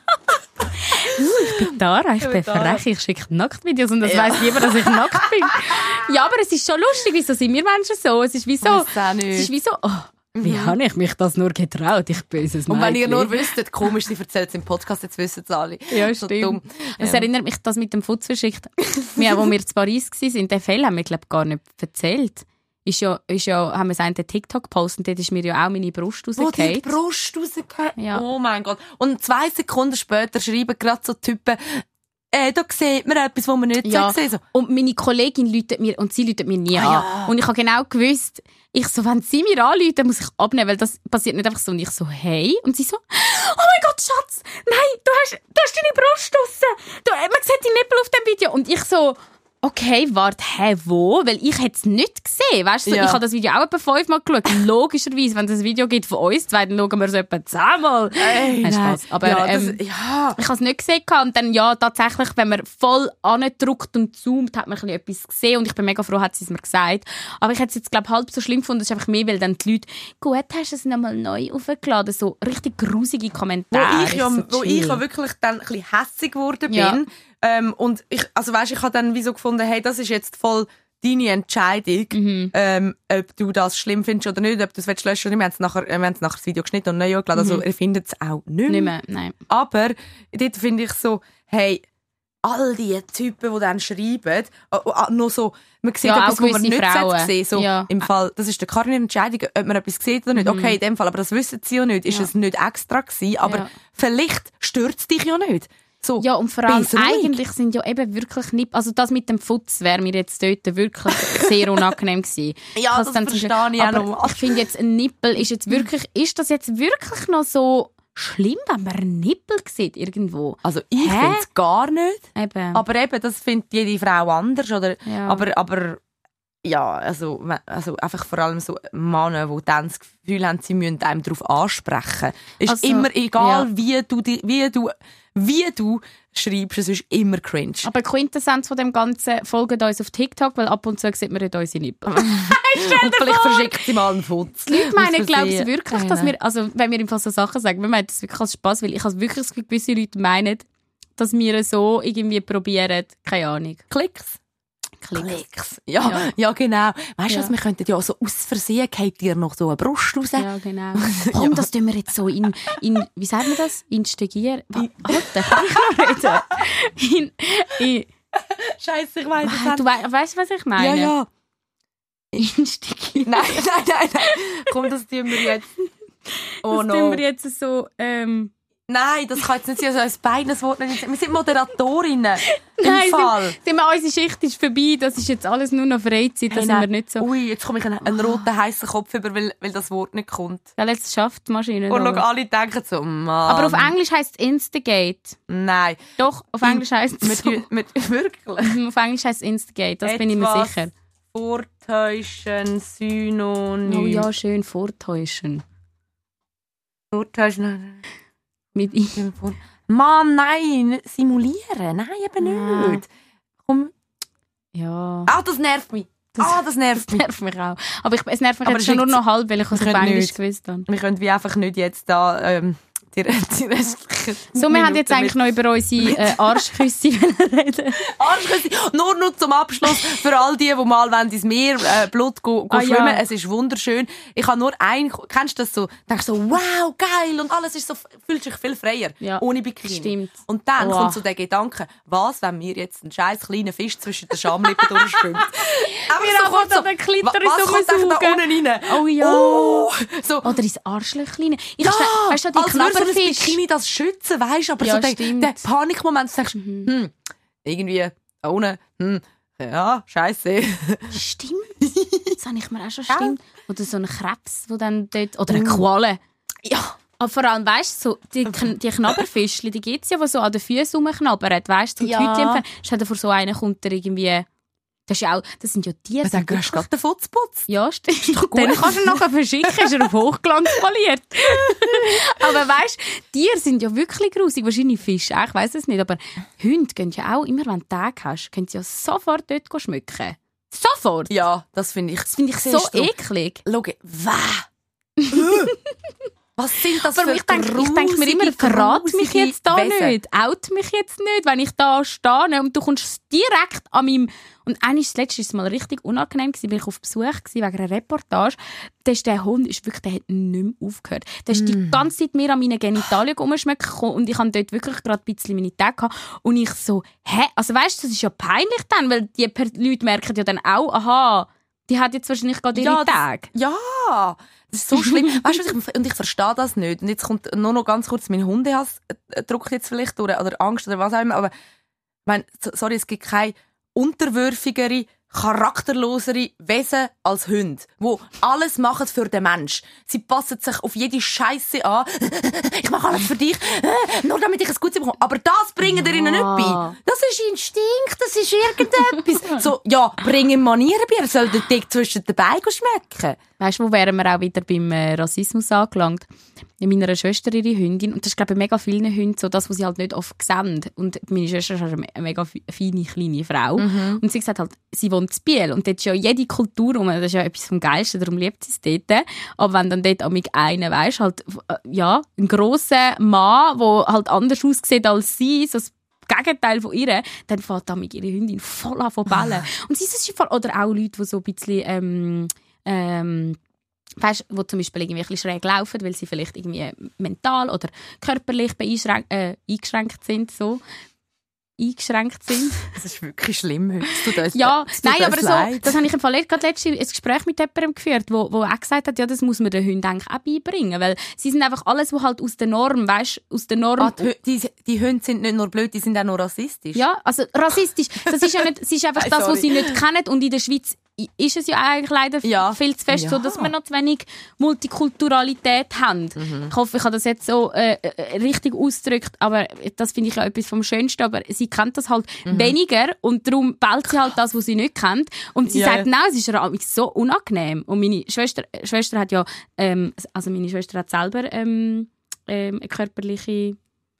Dara, ich Ja, bin Dara. frech, ich schicke Nacktvideos und das Ja. weiss niemand, dass ich nackt bin. Ja, aber es ist schon lustig, wieso sind wir Menschen so? Es ist wie so, Weiss auch nicht. es ist wie so, oh, wie habe ich mich das nur getraut? Ich böses Und wenn ihr Mädchen. nur wüsstet, komisch, sie erzählt es im Podcast, jetzt wissen es alle. Ja, So stimmt. dumm. Das Ja. erinnert mich, das mit dem Futz verschickt. Wir, wo wir in Paris waren, den Fall haben wir, glaube ich, gar nicht erzählt. Ist ja, ist ja, haben wir es einen TikTok gepostet und dort ist mir ja auch meine Brust Wo die rausgefallen. Brust rausgefallen. Ja. Oh mein Gott. Und zwei Sekunden später schreiben gerade so Typen, äh, da sieht man etwas, was man nicht Ja. sehen. So. Und meine Kollegin läutet mir, und sie läutet mir nie Ah, an. ja. Und ich habe genau gewusst, ich so, wenn sie mir anläuten, muss ich abnehmen, weil das passiert nicht einfach so. Und ich so, hey. Und sie so, oh mein Gott, Schatz, nein, du hast, du hast deine Brust draussen. Du, man sieht die Nippel auf dem Video. Und ich so, okay, warte, hä, wo? Weil ich hätte es nicht gesehen, weißt du? So, Ja. Ich habe das Video auch etwa fünfmal geschaut. Logischerweise, wenn es ein Video gibt von uns zwei, dann schauen wir es etwa zehnmal. Ey, Nein, nein. Spaß. Aber, ja, das, ähm, ja. Ich habe es nicht gesehen und dann, ja, tatsächlich, wenn man voll andrückt und zoomt, hat man ein bisschen etwas gesehen und ich bin mega froh, hat sie es mir gesagt. Aber ich hätte es jetzt, glaube ich, halb so schlimm gefunden, es ist einfach mehr, weil dann die Leute, gut, hast du es nochmal neu aufgeladen, so richtig grusige Kommentare. Wo ich, ja, so wo ich chill. ja wirklich dann ein bisschen hässig geworden bin. Ja. Ähm, und ich, also weißt, ich habe dann wie so gefunden, hey, das ist jetzt voll deine Entscheidung, Mhm. ähm, ob du das schlimm findest oder nicht, ob du es löschen willst oder nicht. Wir haben es nachher, äh, wir haben es nachher das Video geschnitten und neu hochgeladen, also ihr findet es auch nicht Nicht mehr. mehr, nein. Aber dort finde ich so, hey, all die Typen, die dann schreiben, äh, äh, noch so, man sieht Ja, etwas, auch was man gewisse nicht Frauen. sehen so Ja. im Fall, das ist der Karin Entscheidung, ob man etwas sieht oder nicht. Okay, in dem Fall, aber das wissen sie ja nicht, ist Ja. es nicht extra gewesen, aber Ja. vielleicht stört es dich ja nicht. So, Ja, und vor allem, bist ruhig. eigentlich sind ja eben wirklich nicht, also das mit dem Futz wäre mir jetzt dort wirklich sehr unangenehm gewesen. Ja, Ich has das dann zum verstehe ich auch aber noch. ich finde jetzt, ein Nippel ist jetzt wirklich, ist das jetzt wirklich noch so schlimm, wenn man einen Nippel sieht irgendwo? Also ich Hä? finde es gar nicht, Eben. aber eben, das findet jede Frau anders, oder? Ja. Aber, aber ja, also, also einfach vor allem so Männer, die dann das Gefühl haben, sie müssen einem darauf ansprechen. Ist Also, immer egal, ja. wie du, die- wie du, wie du schreibst, es ist immer cringe. Aber die Quintessenz von dem Ganzen, folgt uns auf TikTok, weil ab und zu sieht man dort unsere Nippel. Und vielleicht verschickt sie mal einen Futz. Die Leute meinen, Aus glaubst Versehen. du wirklich, dass wir, also wenn wir im Fall so Sachen sagen, wir meinen das wirklich als Spass, weil ich habe wirklich das Gefühl, gewisse Leute meinen, dass wir so irgendwie probieren, keine Ahnung. Klicks. Klicks. Klicks. Ja, ja. Ja. genau. Weißt du Ja. was, wir könnten ja so aus Versehen, geht dir noch so eine Brust raus. Ja, genau. Komm, das tun wir jetzt so in, in wie sagt man das? Instigieren? Wa- Warte, kann ich noch reden? In, in, Scheiße, ich weiss es du wei weißt du, was ich meine? Ja, ja. Instigieren. Nein, nein, nein, nein. Komm, das tun wir jetzt. Oh das no. tun wir jetzt so, ähm, Nein, das kann jetzt nicht sein, so ein beines Wort. nicht- Wir sind Moderatorinnen. Im Nein, Fall. Sind, sind wir, unsere Schicht ist vorbei, das ist jetzt alles nur noch Freizeit, da Hey, sind wir nein. nicht so. Ui, jetzt komme ich einen, einen roten, heißen Kopf über, weil, weil das Wort nicht kommt. Ja, jetzt schafft die Maschine Und noch. schau, alle denken so, Mann. Aber auf Englisch heisst es Instigate. Nein. Doch, auf Englisch heisst Wir es so. tun- wir- Wirklich? Auf Englisch heisst es Instigate, das bin ich mir Etwas sicher. Vortäuschen, Synonym. Oh ja, schön vortäuschen. Vortäuschen. Mit I. Mann, nein, simulieren. Nein, eben Ja. nicht. Komm. Ja, Ah, das nervt mich. Das- ah, das nervt das mich. nervt mich auch. Aber ich, es nervt mich Aber jetzt schon nur schickt's- noch halb, weil ich es auf Wir können Englisch nicht. gewusst habe. Wir können wie einfach nicht jetzt da ähm, die, die restlichen So, wir haben jetzt Minuten eigentlich noch über unsere äh, Arschküsse reden. Arschküsse. Nur noch zum Abschluss für all die, die mal wollen, ins Meer äh, Blut go, go Ah, schwimmen. ja. Es ist wunderschön. Ich habe nur ein, kennst du das so? Denkst so, wow, geil und alles ist so, fühlt sich viel freier Ja, ohne Bikini. stimmt. Und dann Wow. kommt so der Gedanke, was, wenn mir jetzt ein scheiß kleiner Fisch zwischen den Schamlippen durchschwimmt? Einfach Wir haben kurz an den Klitoris wa- was kommt eigentlich da rumsaugen. unten rein? Oh ja. Oh, so. Oder ins Arschlöchlein. Ich Ja, stell- weißt du, die als würde so ein Knabberfisch. Bikini das schützen, weisst du? Aber Ja, so der, stimmt. der Panikmoment, du denkst, hm, irgendwie, da unten, hm, Ja, scheisse. Stimmt. Das habe ich mir auch schon stimmt. Oder so ein Krebs, wo dann dort... Oder eine Qualle. Ja. Aber vor allem, weißt du, so, die, die Knabberfischchen, die gibt es ja, die so an den Füßen rumknabbern. Weißt du, so Ja. die Hütchen entfernen. Stell dir vor, so einer kommt da irgendwie... Das, ist ja auch, das sind ja Tiere. Was sagst du, hast du gerade den Futzputz? Ja, stimmt. Dann kannst du ihn nachher verschicken, ist er auf Hochglanz poliert. Aber weißt du, Tiere sind ja wirklich grusig. Wahrscheinlich Fische auch, ich weiss es nicht. Aber Hunde gehen ja auch, immer wenn du Tage hast, können sie ja sofort dort schmücken. Sofort! Ja, das finde ich. Das finde ich so Siehst du? eklig. Schau, wah! Was sind das Aber für ich denke ich denk mir immer, grusige, verrat mich grusige jetzt da Wesen? nicht. Out mich jetzt nicht, wenn ich da stehe und du kommst direkt an meinem... Und eines, das letzte ist mal richtig unangenehm gewesen, weil ich auf Besuch war wegen einer Reportage. Da ist der Hund, ist wirklich, der hat nicht mehr aufgehört. Der ist Mm. die ganze Zeit mir an meinen Genitalien rumschmecken und ich hatte dort wirklich gerade ein bisschen meine Tage gehabt. Und ich so, hä? Also weißt du, das ist ja peinlich dann, weil die Per- Leute merken ja dann auch, aha, die hat jetzt wahrscheinlich gerade ihre Ja, das- Tage. Ja, das ist so schlimm. Weißt du, was ich, und ich verstehe das nicht. Und jetzt kommt nur noch ganz kurz, mein Hundehass äh, drückt jetzt vielleicht durch, oder Angst oder was auch immer. Aber ich meine, so- sorry, es gibt keine unterwürfigere, charakterlosere Wesen als Hunde, die alles machen für den Mensch. Sie passen sich auf jede Scheiße an. Ich mache alles für dich, nur damit ich ein Gutes bekomme. Aber das bringen ihr ihnen nicht bei. Das ist Instinkt, das ist irgendetwas. So, ja, bring ihm Manierenbier, er soll den Dick zwischen den Beinen schmecken. Weißt du, wo wären wir auch wieder beim äh, Rassismus angelangt? In meiner Schwester, ihre Hündin, und das ist, glaube ich, bei mega vielen Hunden so, das, was sie halt nicht oft sehen. Und meine Schwester ist eine mega feine, kleine Frau. Mhm. Und sie sagt halt, sie wohnt in Biel. Und dort ist ja jede Kultur rum. Das ist ja etwas vom Geilsten, darum liebt sie es dort. Aber wenn dann dort amig einer, weisst, halt, äh, ja, ein grosser Mann, der halt anders aussieht als sie, so das Gegenteil von ihr, dann fährt damit ihre Hündin voll an von bellen. Und sie ist voll, oder auch Leute, die so ein bisschen, ähm, ähm, weißt, wo zum Beispiel irgendwie ein bisschen schräg laufen, weil sie vielleicht irgendwie mental oder körperlich beeinschränk- äh, eingeschränkt sind, so. Eingeschränkt sind. Das ist wirklich schlimm heute. Es tut uns- Ja, es tut nein, uns aber so, leid. das habe ich im Fall gerade letztens ein Gespräch mit jemandem geführt, wo, wo auch gesagt hat, ja, das muss man den Hunden eigentlich auch beibringen, weil sie sind einfach alles, was halt aus der Norm, weißt, aus der Norm. Ah, die, die, die Hunde sind nicht nur blöd, die sind auch noch rassistisch. Ja, also rassistisch, das ist ja nicht, es ist einfach Nein, das, was sorry. sie nicht kennen, und in der Schweiz ist es ja eigentlich leider Ja. viel zu fest Ja. so, dass wir noch zu wenig Multikulturalität haben. Mhm. Ich hoffe, ich habe das jetzt so äh, äh, richtig ausgedrückt, aber das finde ich ja etwas vom Schönsten, aber sie kennt das halt Mhm. weniger und darum bellt sie halt das, was sie nicht kennt, und sie Ja, sagt, ja. nein, es ist ihr amigs so unangenehm. Und meine Schwester, Schwester hat ja, ähm, also meine Schwester hat selber ähm, ähm, eine körperliche,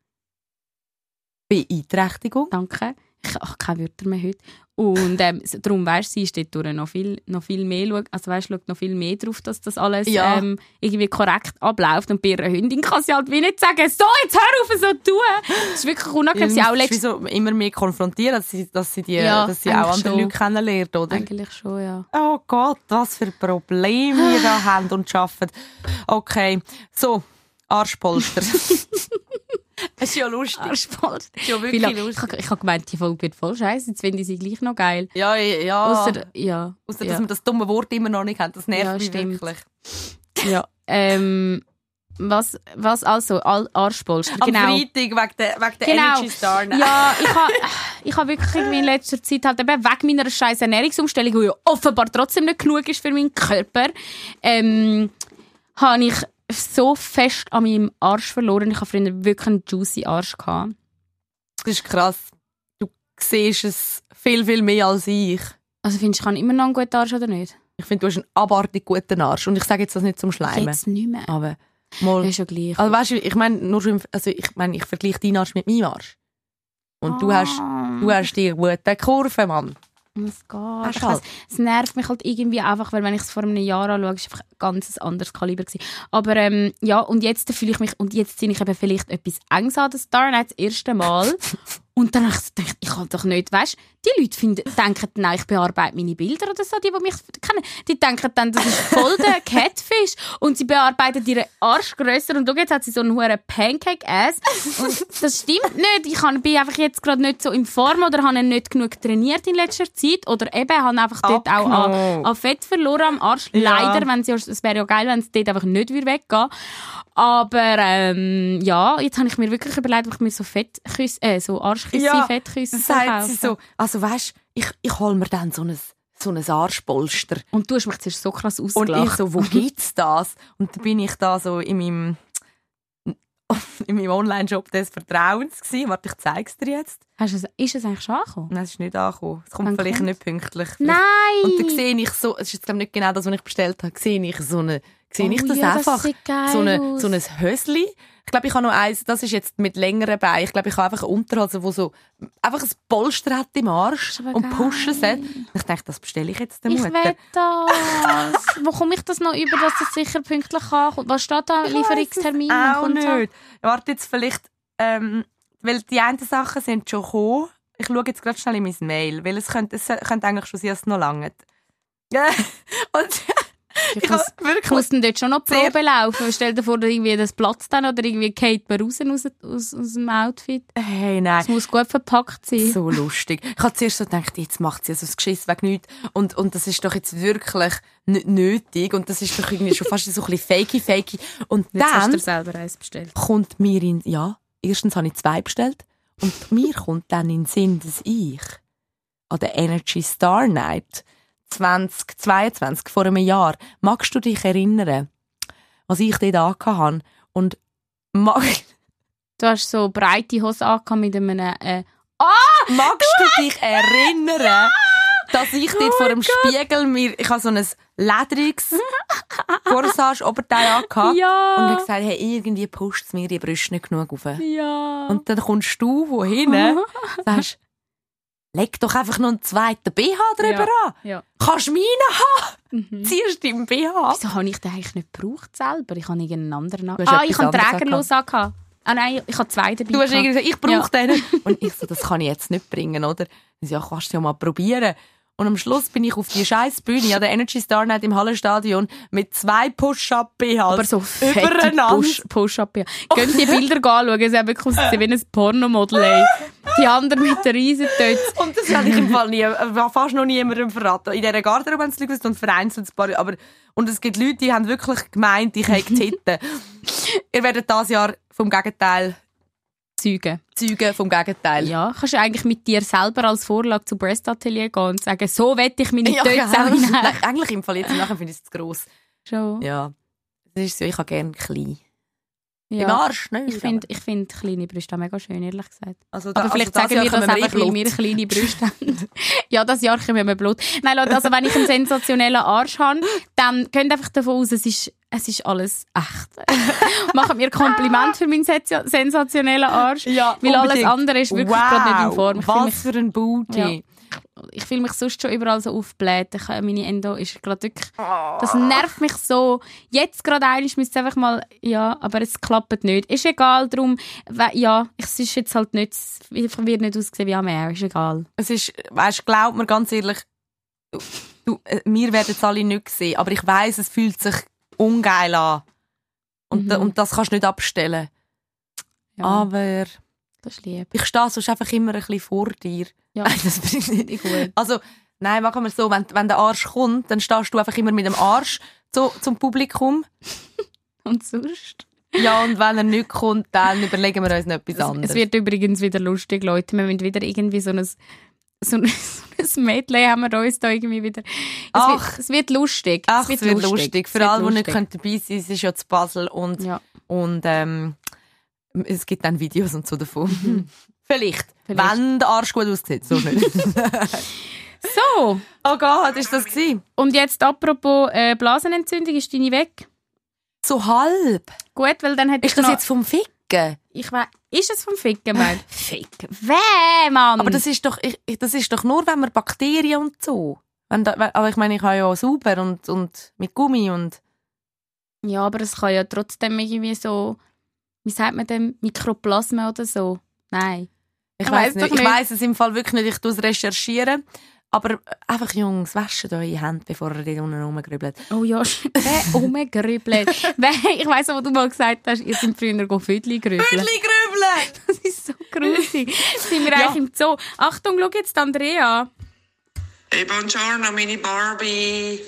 Beeinträchtigung. danke, ich habe keine Wörter mehr heute. Und ähm, so- darum, weißt, sie ist dort durch noch viel, noch viel mehr, schau- also weißt, schaut noch viel mehr drauf, dass das alles Ja. ähm, irgendwie korrekt abläuft. Und bei ihrer Hündin kann sie halt wie nicht sagen, so, jetzt hör auf, so zu tun. Das ist wirklich unangenehm. Sie auch ist wie letzt- so immer mehr konfrontieren, dass sie, dass sie, die, Ja, dass sie auch eigentlich andere schon. Leute kennenlernt, oder? Eigentlich schon, ja. Oh Gott, was für Probleme wir da haben und schaffen. Okay, so, Arschpolster. Es ist ja lustig. Arschpolster. Es ist ja Wie wirklich lang- Ich lustig. habe ich hab gemeint, die Folge wird voll scheiße. Jetzt finde ich sie gleich noch geil. Ja, ja. Ausser, ja. Ausser, ja. dass wir das dumme Wort immer noch nicht haben. Das nervt Ja, mich stimmt. wirklich. ja. Ähm, was, was also? Al- Arschpolster, Am genau. Freitag wegen der, wegen der Genau. Energy Star. Ja, ich habe ich ha wirklich irgendwie in letzter Zeit halt eben wegen meiner scheiß Ernährungsumstellung, die ja offenbar trotzdem nicht genug ist für meinen Körper, ähm, habe ich so fest an meinem Arsch verloren. Ich habe früher wirklich einen juicy Arsch gehabt. Das ist krass. Du siehst es viel, viel mehr als ich. Also findest du, ich habe immer noch einen guten Arsch oder nicht? Ich finde, du hast einen abartig guten Arsch. Und ich sage jetzt das nicht zum Schleimen. Jetzt nicht mehr. Aber mal. Das ist ja gleich. Also weißt du, ich meine, nur schon, im- also ich meine, ich vergleiche deinen Arsch mit meinem Arsch. Und du hast, du hast die gute Kurve, Mann. Es geht. Hast Ich halt. weiss, es nervt mich halt irgendwie einfach, weil wenn ich es vor einem Jahr anschaue, ist es einfach ein ganz anderes Kaliber gewesen. Aber ähm, ja, und jetzt fühle ich mich, und jetzt ziehe ich eben vielleicht etwas Enges an den Star Night das erste Mal. Und dann habe ich so gedacht, ich kann doch nicht, weißt du, die Leute finden, denken dann, ich bearbeite meine Bilder oder so, die, die mich kennen, die denken dann, das ist voll der Catfish und sie bearbeiten ihren Arsch grösser und schau, jetzt hat sie so einen hohen Pancake-Ass und das stimmt nicht, ich kann- bin einfach jetzt gerade nicht so in Form oder habe nicht genug trainiert in letzter Zeit oder eben habe einfach dort auch an, Abgenommen. an Fett verloren am Arsch, Ja. leider, wenn sie, es wäre ja geil, wenn es dort einfach nicht weggehen würde. Aber ähm, ja, jetzt habe ich mir wirklich überlegt, ob ich mir so Fettküsse, äh, so Arschküsse, Ja, Fettküsse das sagt kaufen. sie so. Also weißt, ich, ich hole mir dann so ein, so ein Arschpolster. Und du hast mich zuerst so krass Und ausgelacht. ich so, wo gibt's das? Und dann bin ich da so in meinem, in meinem Online-Shop des Vertrauens gewesen. Warte, ich zeig's dir jetzt. Hast du es, ist es eigentlich schon angekommen? Nein, es ist nicht angekommen. Es kommt Wann vielleicht kommt's? nicht pünktlich. Nein! Und dann sehe ich so, es ist jetzt glaub ich, nicht genau das, was ich bestellt habe, sehe ich so eine, sehe ich Oh das ja, das einfach, sieht geil so, eine, aus. so ein Hösli. Ich glaube, ich habe noch eins, das ist jetzt mit längeren Beinen. Ich glaube, ich habe einfach einen Unterhalt, wo so einfach ein Polster hat im Arsch Das ist aber und geil. pushen sollte. Ich dachte, das bestelle ich jetzt der Ich Mutter. will das. Wo komme ich das noch über, dass das sicher pünktlich ankommt? Was steht da? Ich Lieferungstermin? weiss es Wann auch kommt's an? nicht. Warte jetzt vielleicht, ähm, weil die einen Sachen sind schon gekommen. Ich schaue jetzt gerade schnell in mein Mail, weil es könnte, es könnte eigentlich schon sein, dass es noch lange. Und Ich ich muss, habe wirklich muss denn dort schon noch die Sehr- Probe laufen? Stell dir vor, irgendwie das Platz dann oder irgendwie geht man raus aus, aus, aus dem Outfit. hey, nein. Es muss gut verpackt sein. So lustig. Ich habe zuerst so gedacht, jetzt macht sie also das Geschiss weg nichts. Und, und das ist doch jetzt wirklich nicht nötig. Und das ist doch irgendwie schon fast so ein bisschen fakey-fakey. Und Jetzt hast dann du selber eins bestellt. kommt mir in, ja, erstens habe ich zwei bestellt. Und mir kommt dann in den Sinn, dass ich an der Energy Star Night zwanzig zweiundzwanzig, vor einem Jahr, magst du dich erinnern, was ich dort angehabt habe? Und mag, Du hast so breite Hose angehabt mit einem... Äh, magst du dich erinnern, dass ich dort vor dem Spiegel mir, ich habe so ein ledriges Corsage-Oberteil angehabt Ja. und habe gesagt, hey, irgendwie pusht es mir die Brüste nicht genug auf. ja. Und dann kommst du wohin, sagst, leg doch einfach noch einen zweiten B H drüber Ja. an. Ja. Kannst du meinen haben? Mhm. Ziehst du deinen B H ab? Wieso habe ich den eigentlich nicht gebraucht selber? Ich habe irgendeinen anderen hast Ah, etwas ich habe anderes trägerlos angehabt. Ah nein, ich habe zwei dabei. Du hast gehabt. irgendwie gesagt, ich brauche den. Und ich so, das kann ich jetzt nicht bringen, oder? Sie ja, kannst du ja mal probieren. Und am Schluss bin ich auf die scheiß Bühne an der Energy Star Night im Hallenstadion mit zwei Push-Up-B Hs. Aber so fette übereinander. Push- Push-Up. Ja. Gehen die Bilder anschauen, es sieht wirklich aus wie ein Pornomodel. Ey. Die anderen mit der riesen Tötz. Und das habe ich im Fall nie, äh, fast noch niemandem verraten. In dieser Garderobe haben sie es und vereinzelt ein paar. Aber, und es gibt Leute, die haben wirklich gemeint, ich hätte Titten. Ihr werdet dieses Jahr vom Gegenteil Zeugen. Zeugen vom Gegenteil. Ja, kannst du eigentlich mit dir selber als Vorlage zu Breast Atelier gehen und sagen, so will ich meine Ja, Tötz gell? auch hinein. Nein, eigentlich im Fall jetzt nachher finde ich es zu gross. Schon. Ja. Das ist so, ich habe gerne klein. Ja. Im Arsch, ne? Ich finde ich find kleine Brüste auch mega schön, ehrlich gesagt. Also da, Aber vielleicht also sagen wir das Jahr einfach, kommen weil eh wir kleine Brüste haben. Ja, das Jahr kommen wir Blut. Nein, Leute, also wenn ich einen sensationellen Arsch habe, dann geht einfach davon aus, es ist, es ist alles echt. Machen mir Kompliment für meinen sensio- sensationellen Arsch. Ja, weil alles unbedingt. andere ist wirklich wow, gerade nicht in Form. Ich fühle was mich, für ein Booty. Ja. ich fühle mich sonst schon überall so aufgebläht. Ich, äh, meine Endo ist gerade wirklich... Das nervt mich so. Jetzt gerade einmal müsste es einfach mal... Ja, aber es klappt nicht. Ist egal, darum... we- Ja, es ist jetzt halt nicht... Es wird nicht aussehen wie am Meer. Ist egal. Es ist, weißt, glaub mir ganz ehrlich, du, du, äh, wir werden es alle nicht sehen, aber ich weiss, es fühlt sich ungeil an. Und, Mhm. da, und das kannst du nicht abstellen. Ja, Aber das ist lieb. ich stehe sonst einfach immer ein bisschen vor dir. Ja, Nein, das bin ich nicht. ich gut. Also, nein, machen wir es so, wenn, wenn der Arsch kommt, dann stehst du einfach immer mit dem Arsch zu, zum Publikum. Und sonst? Ja, und wenn er nicht kommt, dann überlegen wir uns noch etwas Es, anderes. es wird übrigens wieder lustig, Leute. Wir müssen wieder irgendwie so ein... So ein, so ein Medley haben wir uns da irgendwie wieder... Es, Ach. wird, es wird lustig. Ach, es wird lustig. Für Es wird alle, die nicht lustig. können dabei sein, es ist ja zu Basel und, Ja. und ähm, es gibt dann Videos und so davon. Vielleicht. Vielleicht. Wenn der Arsch gut aussieht, so nicht. So, Oh Gott, ist das gewesen? und jetzt apropos äh, Blasenentzündung, ist deine weg? So halb. Gut, weil dann hätte ich Ist das noch... jetzt vom Ficken? Ich weiss, ist es vom Ficken, Mann? Ficken. Weh, Mann! Aber das ist doch, ich, ich- das ist doch nur, wenn man Bakterien und so. Wenn da, wenn- aber ich meine, ich habe ja sauber und, und mit Gummi und... Ja, aber es kann ja trotzdem irgendwie so... Wie sagt man dem? Mikroplasma oder so? Nein. Ich Ich weiß weiss nicht. doch Ich nicht. weiss es im Fall wirklich nicht. Ich tue es recherchieren. Aber einfach, Jungs, wascht eure Hände, bevor ihr dort unten rumgrübelt. Oh ja, wer umgerübelt? Wer- Ich weiss noch, wo du mal gesagt hast, ihr seid früher go Vödli grübeln. grübeln! Das ist so grusig. Sind wir Ja. eigentlich im Zoo? Achtung, schau jetzt Andrea. Hey, buongiorno, mini Barbie.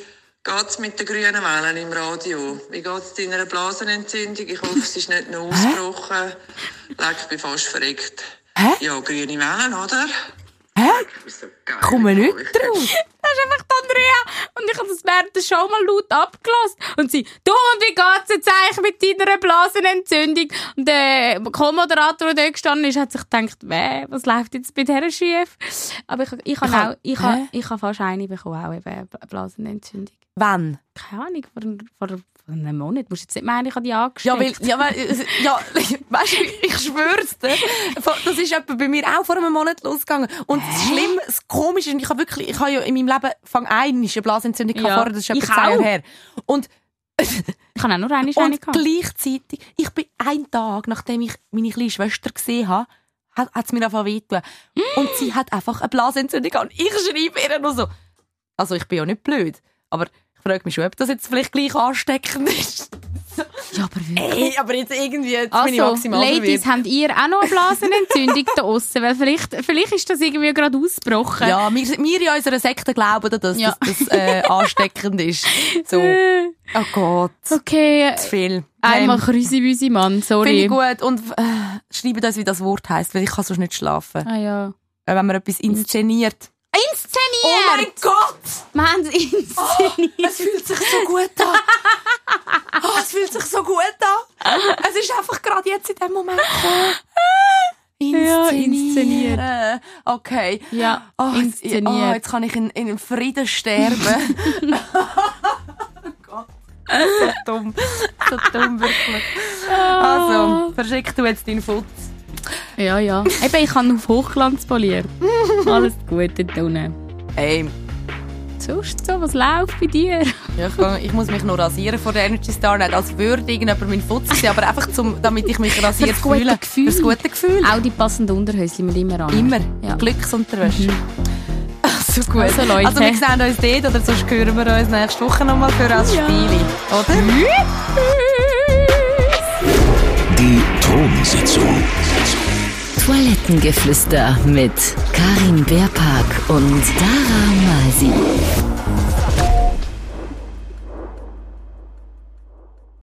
geht's mit den grünen Wellen im Radio? Wie geht's deiner Blasenentzündung? Ich hoffe, es ist nicht noch ausgebrochen. Leck, ich bin fast verreckt. Hä? Ja, grüne Wellen, oder? Hä? So geil. Komm nicht drauf. Das ist einfach die Andrea. Und ich habe das während der Show mal laut abgelassen. Und sie, du, und wie geht's jetzt eigentlich mit deiner Blasenentzündung? Und der Co-Moderator, der dort gestanden ist, hat sich gedacht, weh, was läuft jetzt bei dieser schief? Aber ich, ich, ich habe auch, ich habe, ich habe fast eine bekommen, auch eben eine Blasenentzündung. Wann? Keine Ahnung, vor, vor, vor einem Monat. Du musst jetzt nicht meinen, ich habe die angesteckt. Ja, weil, ja, weil, ja, weißt du, ich schwör's dir, das ist etwa bei mir auch vor einem Monat losgegangen. Und das Schlimme, das Komische ist, ich habe wirklich, ich habe ja in meinem Leben fang ein, eine Blasenentzündung Ja, vorher, das ist etwa ich zwei Jahre auch. her. Und, Ich habe auch nur eine, eine und gehabt. gleichzeitig, ich bin einen Tag, nachdem ich meine kleine Schwester gesehen habe, hat es mir einfach wehgetan. Und sie hat einfach eine Blasenentzündung gehabt. Und ich schreibe ihr nur so, also ich bin ja nicht blöd, aber ich frage mich schon, ob das jetzt vielleicht gleich ansteckend ist. Ja, aber wirklich. Ey, aber jetzt irgendwie, jetzt bin ich Also, maximal Ladies, verwirrt. habt ihr auch noch eine Blasenentzündung da draussen? Weil vielleicht, vielleicht ist das irgendwie gerade ausgebrochen. Ja, wir, wir in unserer Sekte glauben, dass Ja. das, das äh, ansteckend ist. So. Oh Gott. Okay, Zu viel. einmal Nein. Krüsi-Büsi, Mann, sorry. Finde ich gut. Und äh, schreibt uns, wie das Wort heisst, weil ich kann sonst nicht schlafen. Ah ja. Äh, Wenn man etwas inszeniert. Inszeniert! Oh mein Gott! Wir haben es inszeniert. Es fühlt sich so gut an. Oh, es fühlt sich so gut an. Es ist einfach gerade jetzt in dem Moment gekommen. Ja, Inszenieren. Okay. Ja, Oh, jetzt, inszeniert. oh, jetzt kann ich in, in Frieden sterben. Oh Gott. So dumm. So dumm, wirklich. Also, verschick du jetzt deinen Futz. Ja, ja. Eben, ich habe auf Hochglanz poliert. Alles Gute da unten. Hey, Sonst so, was läuft bei dir? ja, ich, kann- ich muss mich noch rasieren vor der Energy Star. Nicht als würde irgendjemand meinen Futz sehen, aber einfach, zum, damit ich mich rasiert das gute fühle. Gefühl. Für das gute Gefühl. Auch die passenden Unterhöschen mit immer an. Immer. Ja. Glücksunterwäsche. Also gut. Also, Leute. Also wir sehen uns dort oder sonst hören wir uns nächste Woche nochmal für als Ja. Spiele. Oder? Die Thronsitzung. Toilettengeflüster mit Karin Beerpark und Dara Masi.